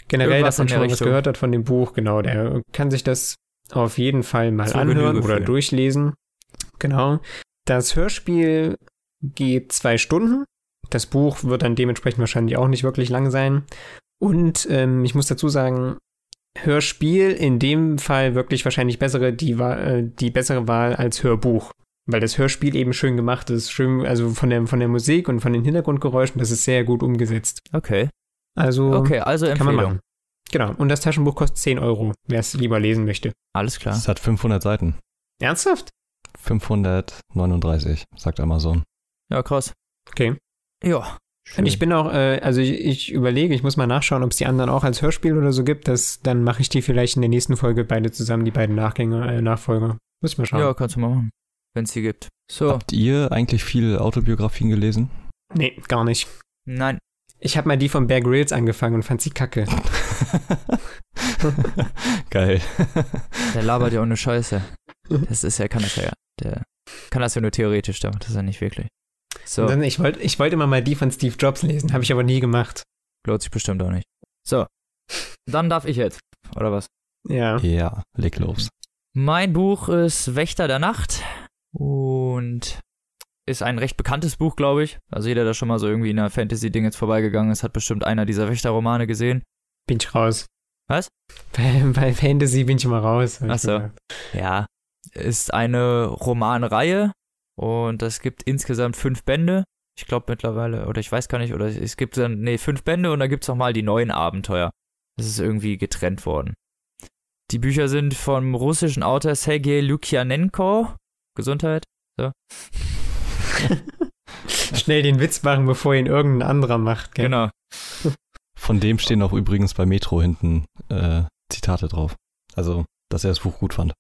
generell Irgendwas davon in der schon was Richtung. gehört hat von dem Buch, genau, der kann sich das auf jeden Fall mal Zur anhören Genüge oder führen. durchlesen. Genau. Das Hörspiel geht zwei Stunden. Das Buch wird dann dementsprechend wahrscheinlich auch nicht wirklich lang sein. Und ähm, ich muss dazu sagen, Hörspiel in dem Fall wirklich wahrscheinlich bessere, die, Wa- äh, die bessere Wahl als Hörbuch. Weil das Hörspiel eben schön gemacht ist, schön, also von der, von der Musik und von den Hintergrundgeräuschen, das ist sehr gut umgesetzt. Okay. Also Okay, also kann man Empfehlung. machen. Genau, und das Taschenbuch kostet zehn Euro, wer es lieber lesen möchte. Alles klar. Es hat fünfhundert Seiten. Ernsthaft? fünfhundertneununddreißig, sagt Amazon. Ja, krass. Okay. Ja. Und ich bin auch, äh, also ich, ich überlege, ich muss mal nachschauen, ob es die anderen auch als Hörspiel oder so gibt. Das, dann mache ich die vielleicht in der nächsten Folge beide zusammen, die beiden Nachgänger, äh, Nachfolger. Muss ich mal schauen. Ja, kannst du mal machen, wenn es die gibt. So. Habt ihr eigentlich viele Autobiografien gelesen? Nee, gar nicht. Nein. Ich habe mal die von Bear Grylls angefangen und fand sie kacke. Geil. Der labert ja ohne Scheiße. Das ist ja, kann das ja, der kann das ja nur theoretisch, der macht das ja nicht wirklich. So, Und dann, ich wollte ich wollte immer mal die von Steve Jobs lesen, habe ich aber nie gemacht. lohnt sich bestimmt auch nicht. So, dann darf ich jetzt, oder was? Ja. Ja, leg los. Mein Buch ist Wächter der Nacht und ist ein recht bekanntes Buch, glaube ich. Also jeder, der schon mal so irgendwie in einer Fantasy-Ding jetzt vorbeigegangen ist, hat bestimmt einer dieser Wächterromane gesehen. Bin ich raus. Was? Bei, bei Fantasy bin ich immer raus. hab ich Ach so. gesagt. Ja, ist eine Romanreihe und es gibt insgesamt fünf Bände. Ich glaube mittlerweile, oder ich weiß gar nicht, oder es gibt dann, nee, fünf Bände und dann gibt es nochmal die neuen Abenteuer. Das ist irgendwie getrennt worden. Die Bücher sind vom russischen Autor Sergei Lukjanenko. Gesundheit. So. Schnell den Witz machen, bevor ihn irgendein anderer macht. Gell? Genau. Von dem stehen auch übrigens bei Metro hinten äh, Zitate drauf. Also, dass er das Buch gut fand.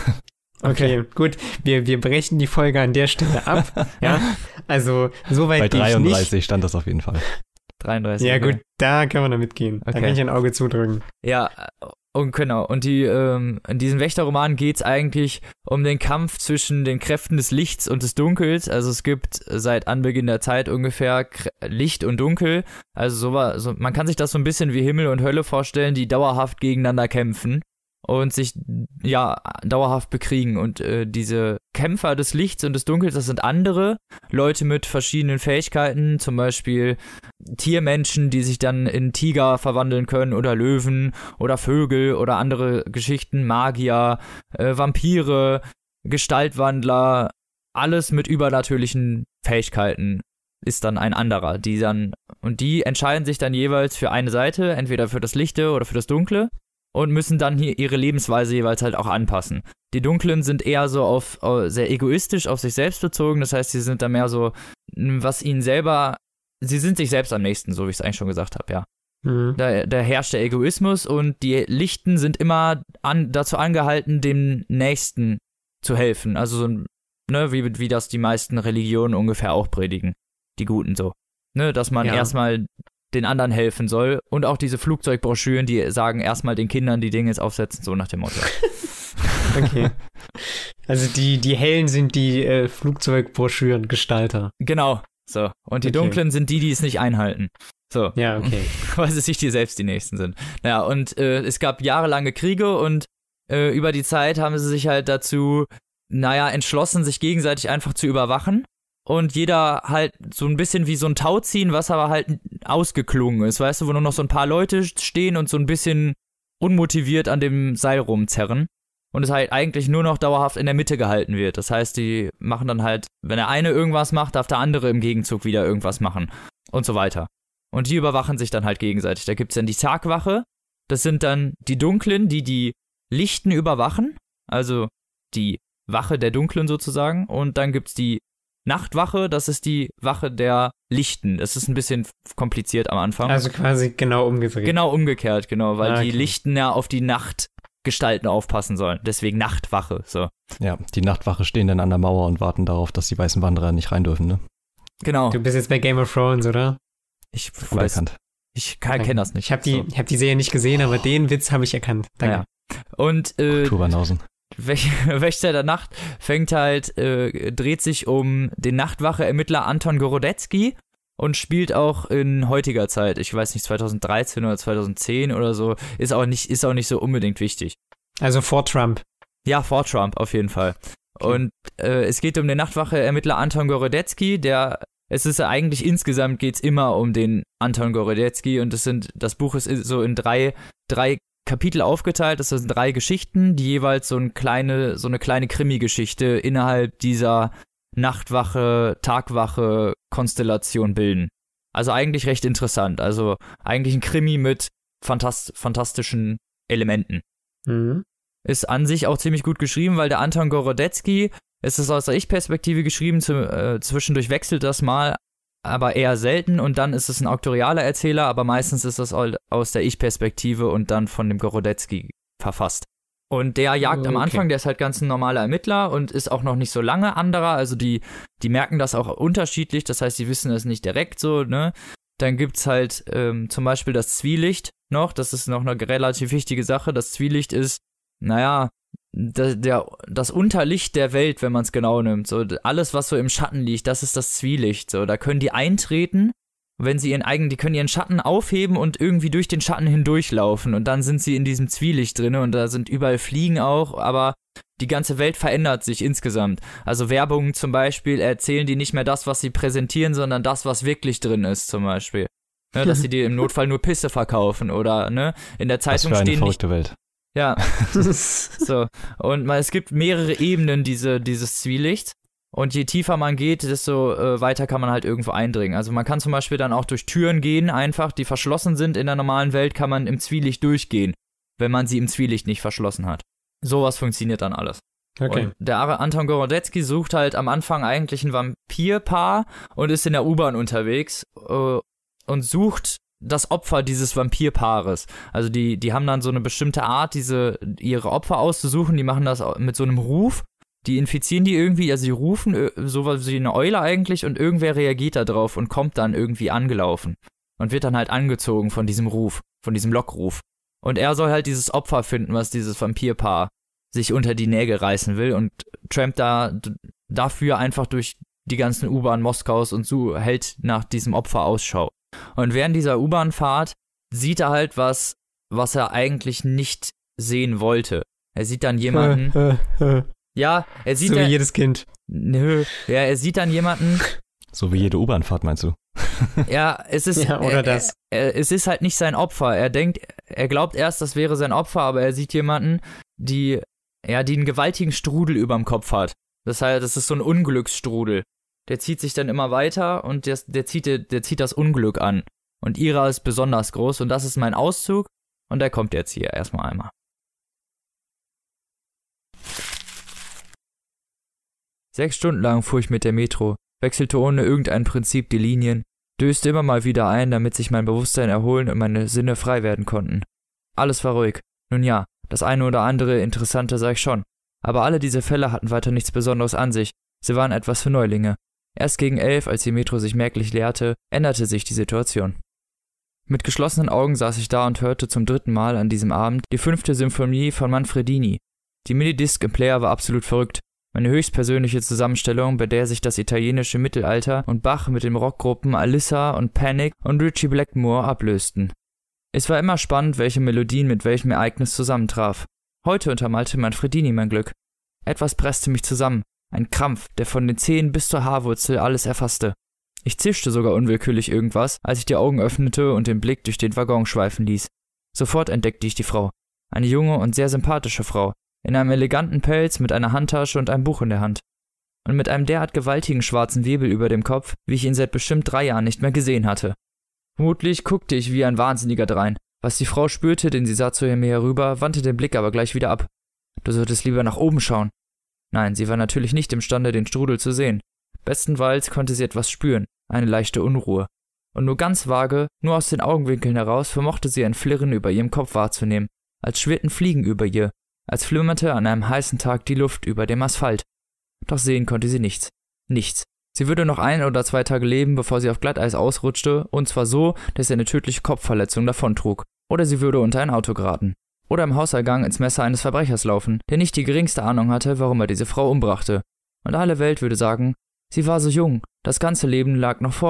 Okay, gut. Wir, wir brechen die Folge an der Stelle ab. Ja, also soweit Bei gehe ich dreiunddreißig nicht. stand das auf jeden Fall. dreiunddreißig. Ja okay. gut, da können wir damit gehen. Da Okay. kann ich ein Auge zudrücken. Ja, und genau. Und die, ähm, in diesem Wächterroman geht es eigentlich um den Kampf zwischen den Kräften des Lichts und des Dunkels. Also es gibt seit Anbeginn der Zeit ungefähr Kr- Licht und Dunkel. Also so war, so, man kann sich das so ein bisschen wie Himmel und Hölle vorstellen, die dauerhaft gegeneinander kämpfen und sich ja dauerhaft bekriegen. Und äh, diese Kämpfer des Lichts und des Dunkels, das sind andere Leute mit verschiedenen Fähigkeiten, zum Beispiel Tiermenschen, die sich dann in Tiger verwandeln können oder Löwen oder Vögel oder andere Geschichten, Magier, äh, Vampire, Gestaltwandler, alles mit übernatürlichen Fähigkeiten ist dann ein anderer, die dann, und die entscheiden sich dann jeweils für eine Seite, entweder für das Lichte oder für das Dunkle und müssen dann hier ihre Lebensweise jeweils halt auch anpassen. Die Dunklen sind eher so auf, äh, sehr egoistisch auf sich selbst bezogen, das heißt, sie sind da mehr so, was ihnen selber, sie sind sich selbst am nächsten, so wie ich es eigentlich schon gesagt habe, ja. Mhm. Da, da herrscht der Egoismus und die Lichten sind immer an, dazu angehalten, dem Nächsten zu helfen. Also so, ne, wie, wie das die meisten Religionen ungefähr auch predigen, die Guten so. Ne, dass man Ja. erstmal den anderen helfen soll und auch diese Flugzeugbroschüren, die sagen erstmal den Kindern die Dinge jetzt aufsetzen, so nach dem Motto. Okay. Also die, die Hellen sind die äh, Flugzeugbroschürengestalter. Genau, so. Und die Okay. Dunklen sind die, die es nicht einhalten. So. Ja, okay. weil sie sich die selbst die Nächsten sind. Naja, und äh, es gab jahrelange Kriege und äh, über die Zeit haben sie sich halt dazu, naja, entschlossen, sich gegenseitig einfach zu überwachen und jeder halt so ein bisschen wie so ein Tauziehen, was aber halt ausgeklungen ist, weißt du, wo nur noch so ein paar Leute stehen und so ein bisschen unmotiviert an dem Seil rumzerren und es halt eigentlich nur noch dauerhaft in der Mitte gehalten wird. Das heißt, die machen dann halt, wenn der eine irgendwas macht, darf der andere im Gegenzug wieder irgendwas machen und so weiter. Und die überwachen sich dann halt gegenseitig. Da gibt's dann die Tagwache. Das sind dann die Dunklen, die die Lichten überwachen. Also die Wache der Dunklen sozusagen. Und dann gibt's die Nachtwache. Das ist die Wache der Lichten. Das ist ein bisschen kompliziert am Anfang. Also quasi genau umgedreht. Genau umgekehrt, genau. Weil Ah, die okay. Lichten ja auf die Nachtgestalten aufpassen sollen. Deswegen Nachtwache, so. Ja, die Nachtwache stehen dann an der Mauer und warten darauf, dass die weißen Wanderer nicht rein dürfen, ne? Genau. Du bist jetzt bei Game of Thrones, oder? Ich Gut weiß, erkannt. ich kenne das nicht. Ich habe die, So. ich hab die Serie nicht gesehen, aber den Witz habe ich erkannt. Danke. Ja. Und äh, Turbanhausen. Wäch- Wächter der Nacht fängt halt, äh, dreht sich um den Nachtwache-Ermittler Anton Gorodetzky und spielt auch in heutiger Zeit. Ich weiß nicht, zweitausenddreizehn oder zweitausendzehn oder so. Ist auch nicht, ist auch nicht so unbedingt wichtig. Also vor Trump. Ja, vor Trump auf jeden Fall. Okay. Und äh, es geht um den Nachtwache-Ermittler Anton Gorodetzky, der, es ist ja eigentlich insgesamt geht's immer um den Anton Gorodetzky und das sind, das Buch ist so in drei, drei Kapitel aufgeteilt, das sind drei Geschichten, die jeweils so eine kleine, so eine kleine Krimi-Geschichte innerhalb dieser Nachtwache, Tagwache-Konstellation bilden. Also eigentlich recht interessant, also eigentlich ein Krimi mit fantast- fantastischen Elementen. Mhm. Ist an sich auch ziemlich gut geschrieben, weil der Anton Gorodetzky, es ist aus der Ich-Perspektive geschrieben, zu, äh, zwischendurch wechselt das mal, aber eher selten und dann ist es ein auktorialer Erzähler, aber meistens ist das aus der Ich-Perspektive und dann von dem Gorodetzky verfasst. Und der jagt okay. am Anfang, der ist halt ganz ein normaler Ermittler und ist auch noch nicht so lange anderer, also die, die merken das auch unterschiedlich, das heißt, die wissen das nicht direkt so, ne? Dann gibt's halt ähm, zum Beispiel das Zwielicht noch, das ist noch eine relativ wichtige Sache, das Zwielicht ist, naja, der, der, das Unterlicht der Welt, wenn man es genau nimmt, so alles, was so im Schatten liegt, das ist das Zwielicht, so, da können die eintreten, wenn sie ihren eigenen, die können ihren Schatten aufheben und irgendwie durch den Schatten hindurchlaufen und dann sind sie in diesem Zwielicht drin und da sind überall Fliegen auch, aber die ganze Welt verändert sich insgesamt. Also Werbungen zum Beispiel erzählen die nicht mehr das, was sie präsentieren, sondern das, was wirklich drin ist zum Beispiel. Ne, dass sie dir im Notfall nur Pisse verkaufen oder ne, in der Zeitung was für eine stehen verrückte nicht... Welt. Ja, so. Und man, es gibt mehrere Ebenen diese, dieses Zwielichts. Und je tiefer man geht, desto äh, weiter kann man halt irgendwo eindringen. Also man kann zum Beispiel dann auch durch Türen gehen, einfach, die verschlossen sind. In der normalen Welt kann man im Zwielicht durchgehen, wenn man sie im Zwielicht nicht verschlossen hat. Sowas funktioniert dann alles. Okay. Und der Anton Gorodetzky sucht halt am Anfang eigentlich ein Vampirpaar und ist in der U-Bahn unterwegs äh, und sucht das Opfer dieses Vampirpaares. Also die, die haben dann so eine bestimmte Art, diese, ihre Opfer auszusuchen, die machen das mit so einem Ruf, die infizieren die irgendwie, also die rufen sowas wie eine Eule eigentlich und irgendwer reagiert da drauf und kommt dann irgendwie angelaufen und wird dann halt angezogen von diesem Ruf, von diesem Lockruf. Und er soll halt dieses Opfer finden, was dieses Vampirpaar sich unter die Nägel reißen will und trampt da dafür einfach durch die ganzen U-Bahn Moskaus und so hält nach diesem Opfer Ausschau. Und während dieser U-Bahn-Fahrt sieht er halt was, was er eigentlich nicht sehen wollte. Er sieht dann jemanden. ja, er sieht so dann, wie jedes Kind. Nö, ja, er sieht dann jemanden. So wie jede U-Bahn-Fahrt, meinst du? Ja, es ist. Ja, oder er, das. Er, er, es ist halt nicht sein Opfer. Er denkt, er glaubt erst, das wäre sein Opfer, aber er sieht jemanden, die, ja, die einen gewaltigen Strudel überm Kopf hat. Das heißt, das ist so ein Unglücksstrudel. Der zieht sich dann immer weiter und der, der, zieht, der, der zieht das Unglück an. Und ihrer ist besonders groß und das ist mein Auszug und der kommt jetzt hier erstmal einmal. Sechs Stunden lang fuhr ich mit der Metro, wechselte ohne irgendein Prinzip die Linien, döste immer mal wieder ein, damit sich mein Bewusstsein erholen und meine Sinne frei werden konnten. Alles war ruhig. Nun ja, das eine oder andere Interessante sah ich schon. Aber alle diese Fälle hatten weiter nichts Besonderes an sich. Sie waren etwas für Neulinge. Erst gegen elf, als die Metro sich merklich leerte, änderte sich die Situation. Mit geschlossenen Augen saß ich da und hörte zum dritten Mal an diesem Abend die fünfte Symphonie von Manfredini. Die Minidisc im Player war absolut verrückt. Meine höchstpersönliche Zusammenstellung, bei der sich das italienische Mittelalter und Bach mit den Rockgruppen Alissa und Panic und Ritchie Blackmore ablösten. Es war immer spannend, welche Melodien mit welchem Ereignis zusammentraf. Heute untermalte Manfredini mein Glück. Etwas presste mich zusammen. Ein Krampf, der von den Zehen bis zur Haarwurzel alles erfasste. Ich zischte sogar unwillkürlich irgendwas, als ich die Augen öffnete und den Blick durch den Waggon schweifen ließ. Sofort entdeckte ich die Frau. Eine junge und sehr sympathische Frau, in einem eleganten Pelz mit einer Handtasche und einem Buch in der Hand. Und mit einem derart gewaltigen schwarzen Wirbel über dem Kopf, wie ich ihn seit bestimmt drei Jahren nicht mehr gesehen hatte. Vermutlich guckte ich wie ein Wahnsinniger drein. Was die Frau spürte, denn sie sah zu mir herüber, wandte den Blick aber gleich wieder ab. Du solltest lieber nach oben schauen. Nein, sie war natürlich nicht imstande, den Strudel zu sehen. Bestenfalls konnte sie etwas spüren, eine leichte Unruhe. Und nur ganz vage, nur aus den Augenwinkeln heraus, vermochte sie ein Flirren über ihrem Kopf wahrzunehmen, als schwirrten Fliegen über ihr, als flimmerte an einem heißen Tag die Luft über dem Asphalt. Doch sehen konnte sie nichts. Nichts. Sie würde noch ein oder zwei Tage leben, bevor sie auf Glatteis ausrutschte, und zwar so, dass sie eine tödliche Kopfverletzung davontrug. Oder sie würde unter ein Auto geraten. Oder im Hauseingang ins Messer eines Verbrechers laufen, der nicht die geringste Ahnung hatte, warum er diese Frau umbrachte. Und alle Welt würde sagen, sie war so jung, das ganze Leben lag noch vor ihr,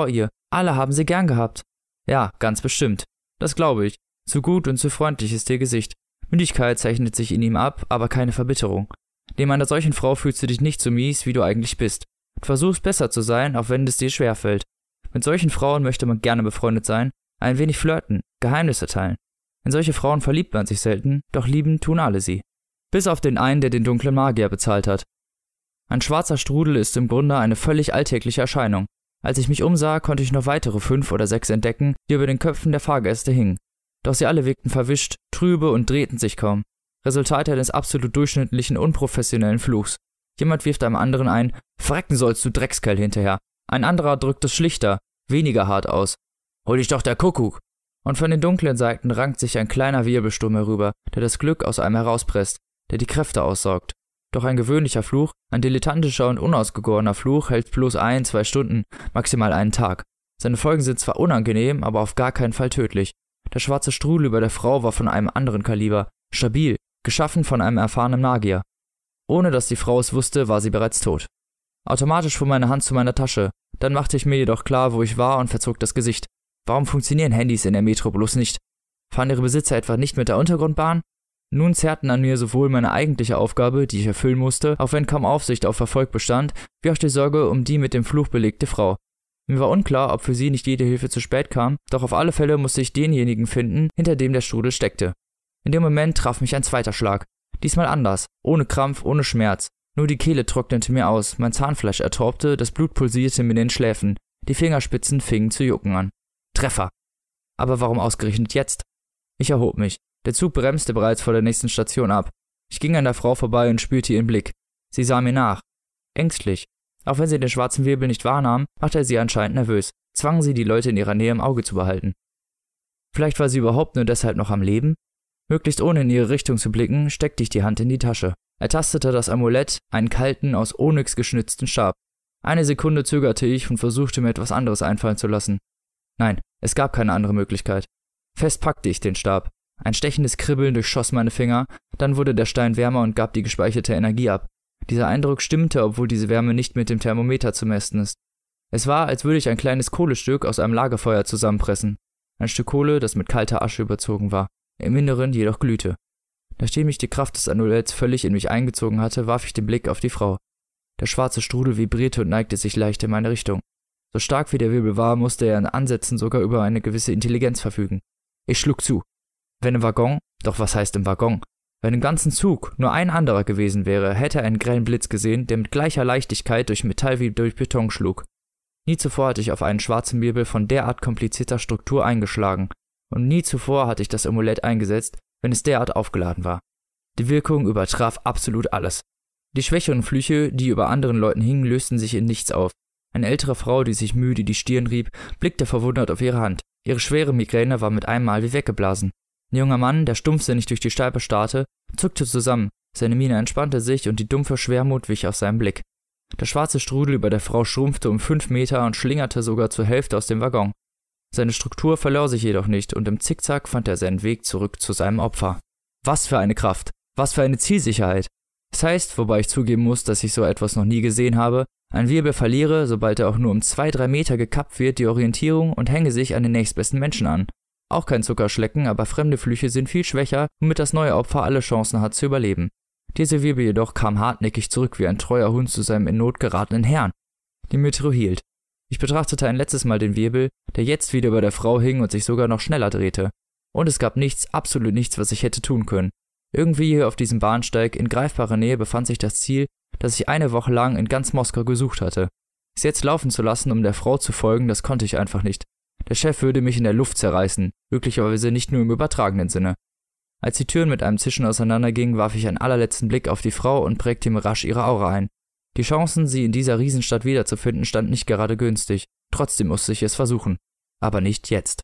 Alle haben sie gern gehabt. Ja, ganz bestimmt. Das glaube ich. Zu gut und zu freundlich ist ihr Gesicht. Müdigkeit zeichnet sich in ihm ab, aber keine Verbitterung. Neben einer solchen Frau fühlst du dich nicht so mies, wie du eigentlich bist. Du versuchst besser zu sein, auch wenn es dir schwerfällt. Mit solchen Frauen möchte man gerne befreundet sein, ein wenig flirten, Geheimnisse teilen. In solche Frauen verliebt man sich selten, doch lieben tun alle sie. Bis auf den einen, der den dunklen Magier bezahlt hat. Ein schwarzer Strudel ist im Grunde eine völlig alltägliche Erscheinung. Als ich mich umsah, konnte ich noch weitere fünf oder sechs entdecken, die über den Köpfen der Fahrgäste hingen. Doch sie alle wirkten verwischt, trübe und drehten sich kaum. Resultat eines absolut durchschnittlichen, unprofessionellen Fluchs. Jemand wirft einem anderen ein, »Verrecken sollst du Dreckskerl« hinterher. Ein anderer drückt es schlichter, weniger hart aus. »Hol dich doch der Kuckuck!« Und von den dunklen Seiten rankt sich ein kleiner Wirbelsturm herüber, der das Glück aus einem herauspresst, der die Kräfte aussaugt. Doch ein gewöhnlicher Fluch, ein dilettantischer und unausgegorener Fluch hält bloß ein, zwei Stunden, maximal einen Tag. Seine Folgen sind zwar unangenehm, aber auf gar keinen Fall tödlich. Der schwarze Strudel über der Frau war von einem anderen Kaliber, stabil, geschaffen von einem erfahrenen Magier. Ohne dass die Frau es wusste, war sie bereits tot. Automatisch fuhr meine Hand zu meiner Tasche, dann machte ich mir jedoch klar, wo ich war und verzog das Gesicht. Warum funktionieren Handys in der Metropolis nicht? Fahren ihre Besitzer etwa nicht mit der Untergrundbahn? Nun zerrten an mir sowohl meine eigentliche Aufgabe, die ich erfüllen musste, auch wenn kaum Aufsicht auf Erfolg bestand, wie auch die Sorge um die mit dem Fluch belegte Frau. Mir war unklar, ob für sie nicht jede Hilfe zu spät kam, doch auf alle Fälle musste ich denjenigen finden, hinter dem der Strudel steckte. In dem Moment traf mich ein zweiter Schlag. Diesmal anders, ohne Krampf, ohne Schmerz. Nur die Kehle trocknete mir aus, mein Zahnfleisch ertaubte, das Blut pulsierte mir in den Schläfen, die Fingerspitzen fingen zu jucken an. Treffer! Aber warum ausgerechnet jetzt? Ich erhob mich. Der Zug bremste bereits vor der nächsten Station ab. Ich ging an der Frau vorbei und spürte ihren Blick. Sie sah mir nach. Ängstlich. Auch wenn sie den schwarzen Wirbel nicht wahrnahm, machte er sie anscheinend nervös, zwang sie, die Leute in ihrer Nähe im Auge zu behalten. Vielleicht war sie überhaupt nur deshalb noch am Leben? Möglichst ohne in ihre Richtung zu blicken, steckte ich die Hand in die Tasche. Er tastete das Amulett, einen kalten, aus Onyx geschnitzten Stab. Eine Sekunde zögerte ich und versuchte mir etwas anderes einfallen zu lassen. Nein, es gab keine andere Möglichkeit. Fest packte ich den Stab. Ein stechendes Kribbeln durchschoss meine Finger, dann wurde der Stein wärmer und gab die gespeicherte Energie ab. Dieser Eindruck stimmte, obwohl diese Wärme nicht mit dem Thermometer zu messen ist. Es war, als würde ich ein kleines Kohlestück aus einem Lagerfeuer zusammenpressen. Ein Stück Kohle, das mit kalter Asche überzogen war, im Inneren jedoch glühte. Nachdem ich die Kraft des Amuletts völlig in mich eingezogen hatte, warf ich den Blick auf die Frau. Der schwarze Strudel vibrierte und neigte sich leicht in meine Richtung. So stark wie der Wirbel war, musste er in Ansätzen sogar über eine gewisse Intelligenz verfügen. Ich schlug zu. Wenn im Waggon, doch was heißt im Waggon? Wenn im ganzen Zug nur ein anderer gewesen wäre, hätte er einen grellen Blitz gesehen, der mit gleicher Leichtigkeit durch Metall wie durch Beton schlug. Nie zuvor hatte ich auf einen schwarzen Wirbel von derart komplizierter Struktur eingeschlagen, und nie zuvor hatte ich das Amulett eingesetzt, wenn es derart aufgeladen war. Die Wirkung übertraf absolut alles. Die schwächeren Flüche, die über anderen Leuten hingen, lösten sich in nichts auf. Eine ältere Frau, die sich müde die Stirn rieb, blickte verwundert auf ihre Hand. Ihre schwere Migräne war mit einem Mal wie weggeblasen. Ein junger Mann, der stumpfsinnig durch die Steipe starrte, zuckte zusammen, seine Miene entspannte sich und die dumpfe Schwermut wich aus seinem Blick. Der schwarze Strudel über der Frau schrumpfte um fünf Meter und schlingerte sogar zur Hälfte aus dem Waggon. Seine Struktur verlor sich jedoch nicht und im Zickzack fand er seinen Weg zurück zu seinem Opfer. Was für eine Kraft! Was für eine Zielsicherheit! Das heißt, wobei ich zugeben muss, dass ich so etwas noch nie gesehen habe, ein Wirbel verliere, sobald er auch nur um zwei, drei Meter gekappt wird, die Orientierung und hänge sich an den nächstbesten Menschen an. Auch kein Zuckerschlecken, aber fremde Flüche sind viel schwächer, womit das neue Opfer alle Chancen hat zu überleben. Dieser Wirbel jedoch kam hartnäckig zurück wie ein treuer Hund zu seinem in Not geratenen Herrn. Die Metro hielt. Ich betrachtete ein letztes Mal den Wirbel, der jetzt wieder über der Frau hing und sich sogar noch schneller drehte. Und es gab nichts, absolut nichts, was ich hätte tun können. Irgendwie hier auf diesem Bahnsteig in greifbarer Nähe befand sich das Ziel, das ich eine Woche lang in ganz Moskau gesucht hatte. Es jetzt laufen zu lassen, um der Frau zu folgen, das konnte ich einfach nicht. Der Chef würde mich in der Luft zerreißen, möglicherweise nicht nur im übertragenen Sinne. Als die Türen mit einem Zischen auseinandergingen, warf ich einen allerletzten Blick auf die Frau und prägte mir rasch ihre Aura ein. Die Chancen, sie in dieser Riesenstadt wiederzufinden, standen nicht gerade günstig. Trotzdem musste ich es versuchen. Aber nicht jetzt.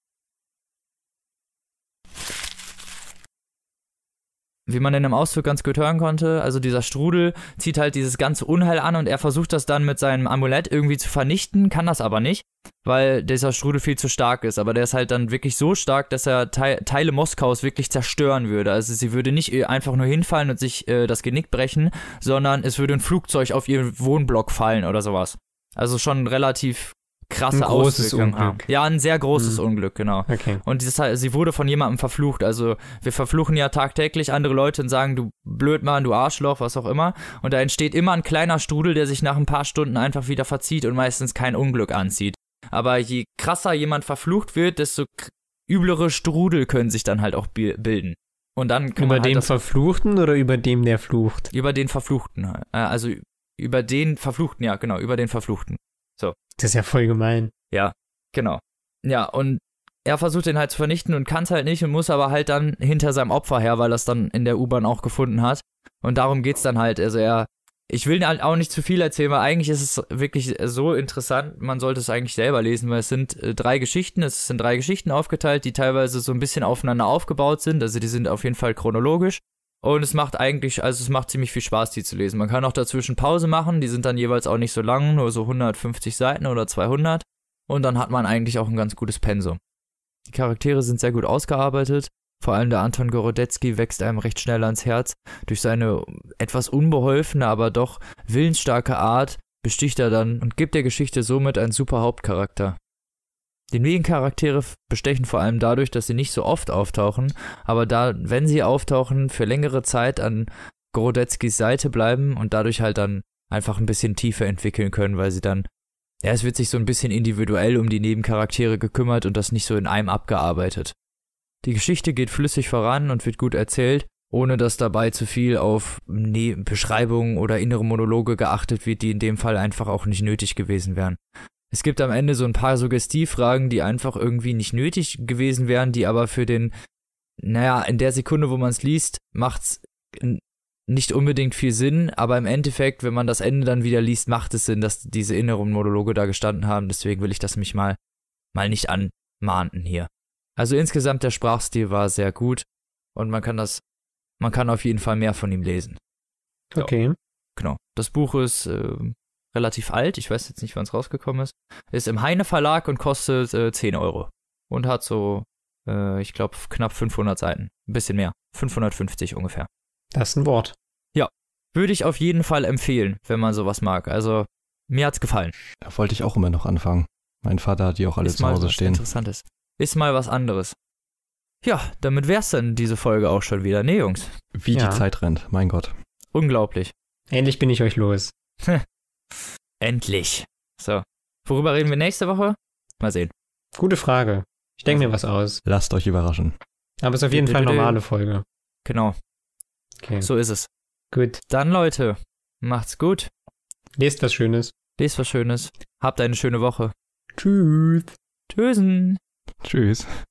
Wie man in einem Ausdruck ganz gut hören konnte, also dieser Strudel zieht halt dieses ganze Unheil an und er versucht das dann mit seinem Amulett irgendwie zu vernichten, kann das aber nicht, weil dieser Strudel viel zu stark ist. Aber der ist halt dann wirklich so stark, dass er Te- Teile Moskaus wirklich zerstören würde. Also sie würde nicht einfach nur hinfallen und sich äh, das Genick brechen, sondern es würde ein Flugzeug auf ihren Wohnblock fallen oder sowas. Also schon relativ krasse Ein großes Auswirkungen haben. Unglück. Ja, ein sehr großes Hm. Unglück, genau. Okay. Und dieses, sie wurde von jemandem verflucht. Also wir verfluchen ja tagtäglich andere Leute und sagen, du Blödmann, du Arschloch, was auch immer. Und da entsteht immer ein kleiner Strudel, der sich nach ein paar Stunden einfach wieder verzieht und meistens kein Unglück anzieht. Aber je krasser jemand verflucht wird, desto k- üblere Strudel können sich dann halt auch bi- bilden. Und dann kann Über man halt den das, Verfluchten oder über dem, der flucht? über den Verfluchten. Äh, also über den Verfluchten, ja, genau, über den Verfluchten. Das ist ja voll gemein. Ja, genau. Ja, und er versucht den halt zu vernichten und kann es halt nicht und muss aber halt dann hinter seinem Opfer her, weil er es dann in der U-Bahn auch gefunden hat. Und darum geht's dann halt. Also er, ich will halt auch nicht zu viel erzählen, weil eigentlich ist es wirklich so interessant, man sollte es eigentlich selber lesen, weil es sind äh, drei Geschichten, es sind drei Geschichten aufgeteilt, die teilweise so ein bisschen aufeinander aufgebaut sind, also die sind auf jeden Fall chronologisch. Und es macht eigentlich, also es macht ziemlich viel Spaß, die zu lesen. Man kann auch dazwischen Pause machen, die sind dann jeweils auch nicht so lang, nur so hundertfünfzig Seiten oder zweihundert. Und dann hat man eigentlich auch ein ganz gutes Pensum. Die Charaktere sind sehr gut ausgearbeitet. Vor allem der Anton Gorodetzky wächst einem recht schnell ans Herz. Durch seine etwas unbeholfene, aber doch willensstarke Art besticht er dann und gibt der Geschichte somit einen super Hauptcharakter. Die Nebencharaktere bestechen vor allem dadurch, dass sie nicht so oft auftauchen, aber da, wenn sie auftauchen, für längere Zeit an Gorodetzkys Seite bleiben und dadurch halt dann einfach ein bisschen tiefer entwickeln können, weil sie dann, ja, es wird sich so ein bisschen individuell um die Nebencharaktere gekümmert und das nicht so in einem abgearbeitet. Die Geschichte geht flüssig voran und wird gut erzählt, ohne dass dabei zu viel auf ne- Beschreibungen oder innere Monologe geachtet wird, die in dem Fall einfach auch nicht nötig gewesen wären. Es gibt am Ende so ein paar Suggestivfragen, die einfach irgendwie nicht nötig gewesen wären, die aber für den, naja, in der Sekunde, wo man es liest, macht's n- nicht unbedingt viel Sinn, aber im Endeffekt, wenn man das Ende dann wieder liest, macht es Sinn, dass diese inneren Monologe da gestanden haben, deswegen will ich das mich mal, mal nicht anmahnen hier. Also insgesamt der Sprachstil war sehr gut und man kann das, man kann auf jeden Fall mehr von ihm lesen. Ja. Okay. Genau. Das Buch ist äh, relativ alt, ich weiß jetzt nicht, wann es rausgekommen ist. Ist im Heine Verlag und kostet äh, zehn Euro. Und hat so, äh, ich glaube, knapp fünfhundert Seiten. Ein bisschen mehr. fünfhundertfünfzig ungefähr. Das ist ein Wort. Ja. Würde ich auf jeden Fall empfehlen, wenn man sowas mag. Also, mir hat's gefallen. Da wollte ich auch immer noch anfangen. Mein Vater hat die auch alle Ist zu mal Hause was stehen. Interessantes. Ist mal was anderes. Ja, damit wär's dann diese Folge auch schon wieder. Nee, Jungs. Wie Ja. die Zeit rennt, mein Gott. Unglaublich. Endlich bin ich euch los. Endlich. So. Worüber reden wir nächste Woche? Mal sehen. Gute Frage. Ich denke mir was aus. Lasst euch überraschen. Aber es ist auf jeden Fall eine normale Folge. Genau. Okay. So ist es. Gut. Dann, Leute, macht's gut. Lest was Schönes. Lest was Schönes. Habt eine schöne Woche. Tschüss. Tschüssen. Tschüss.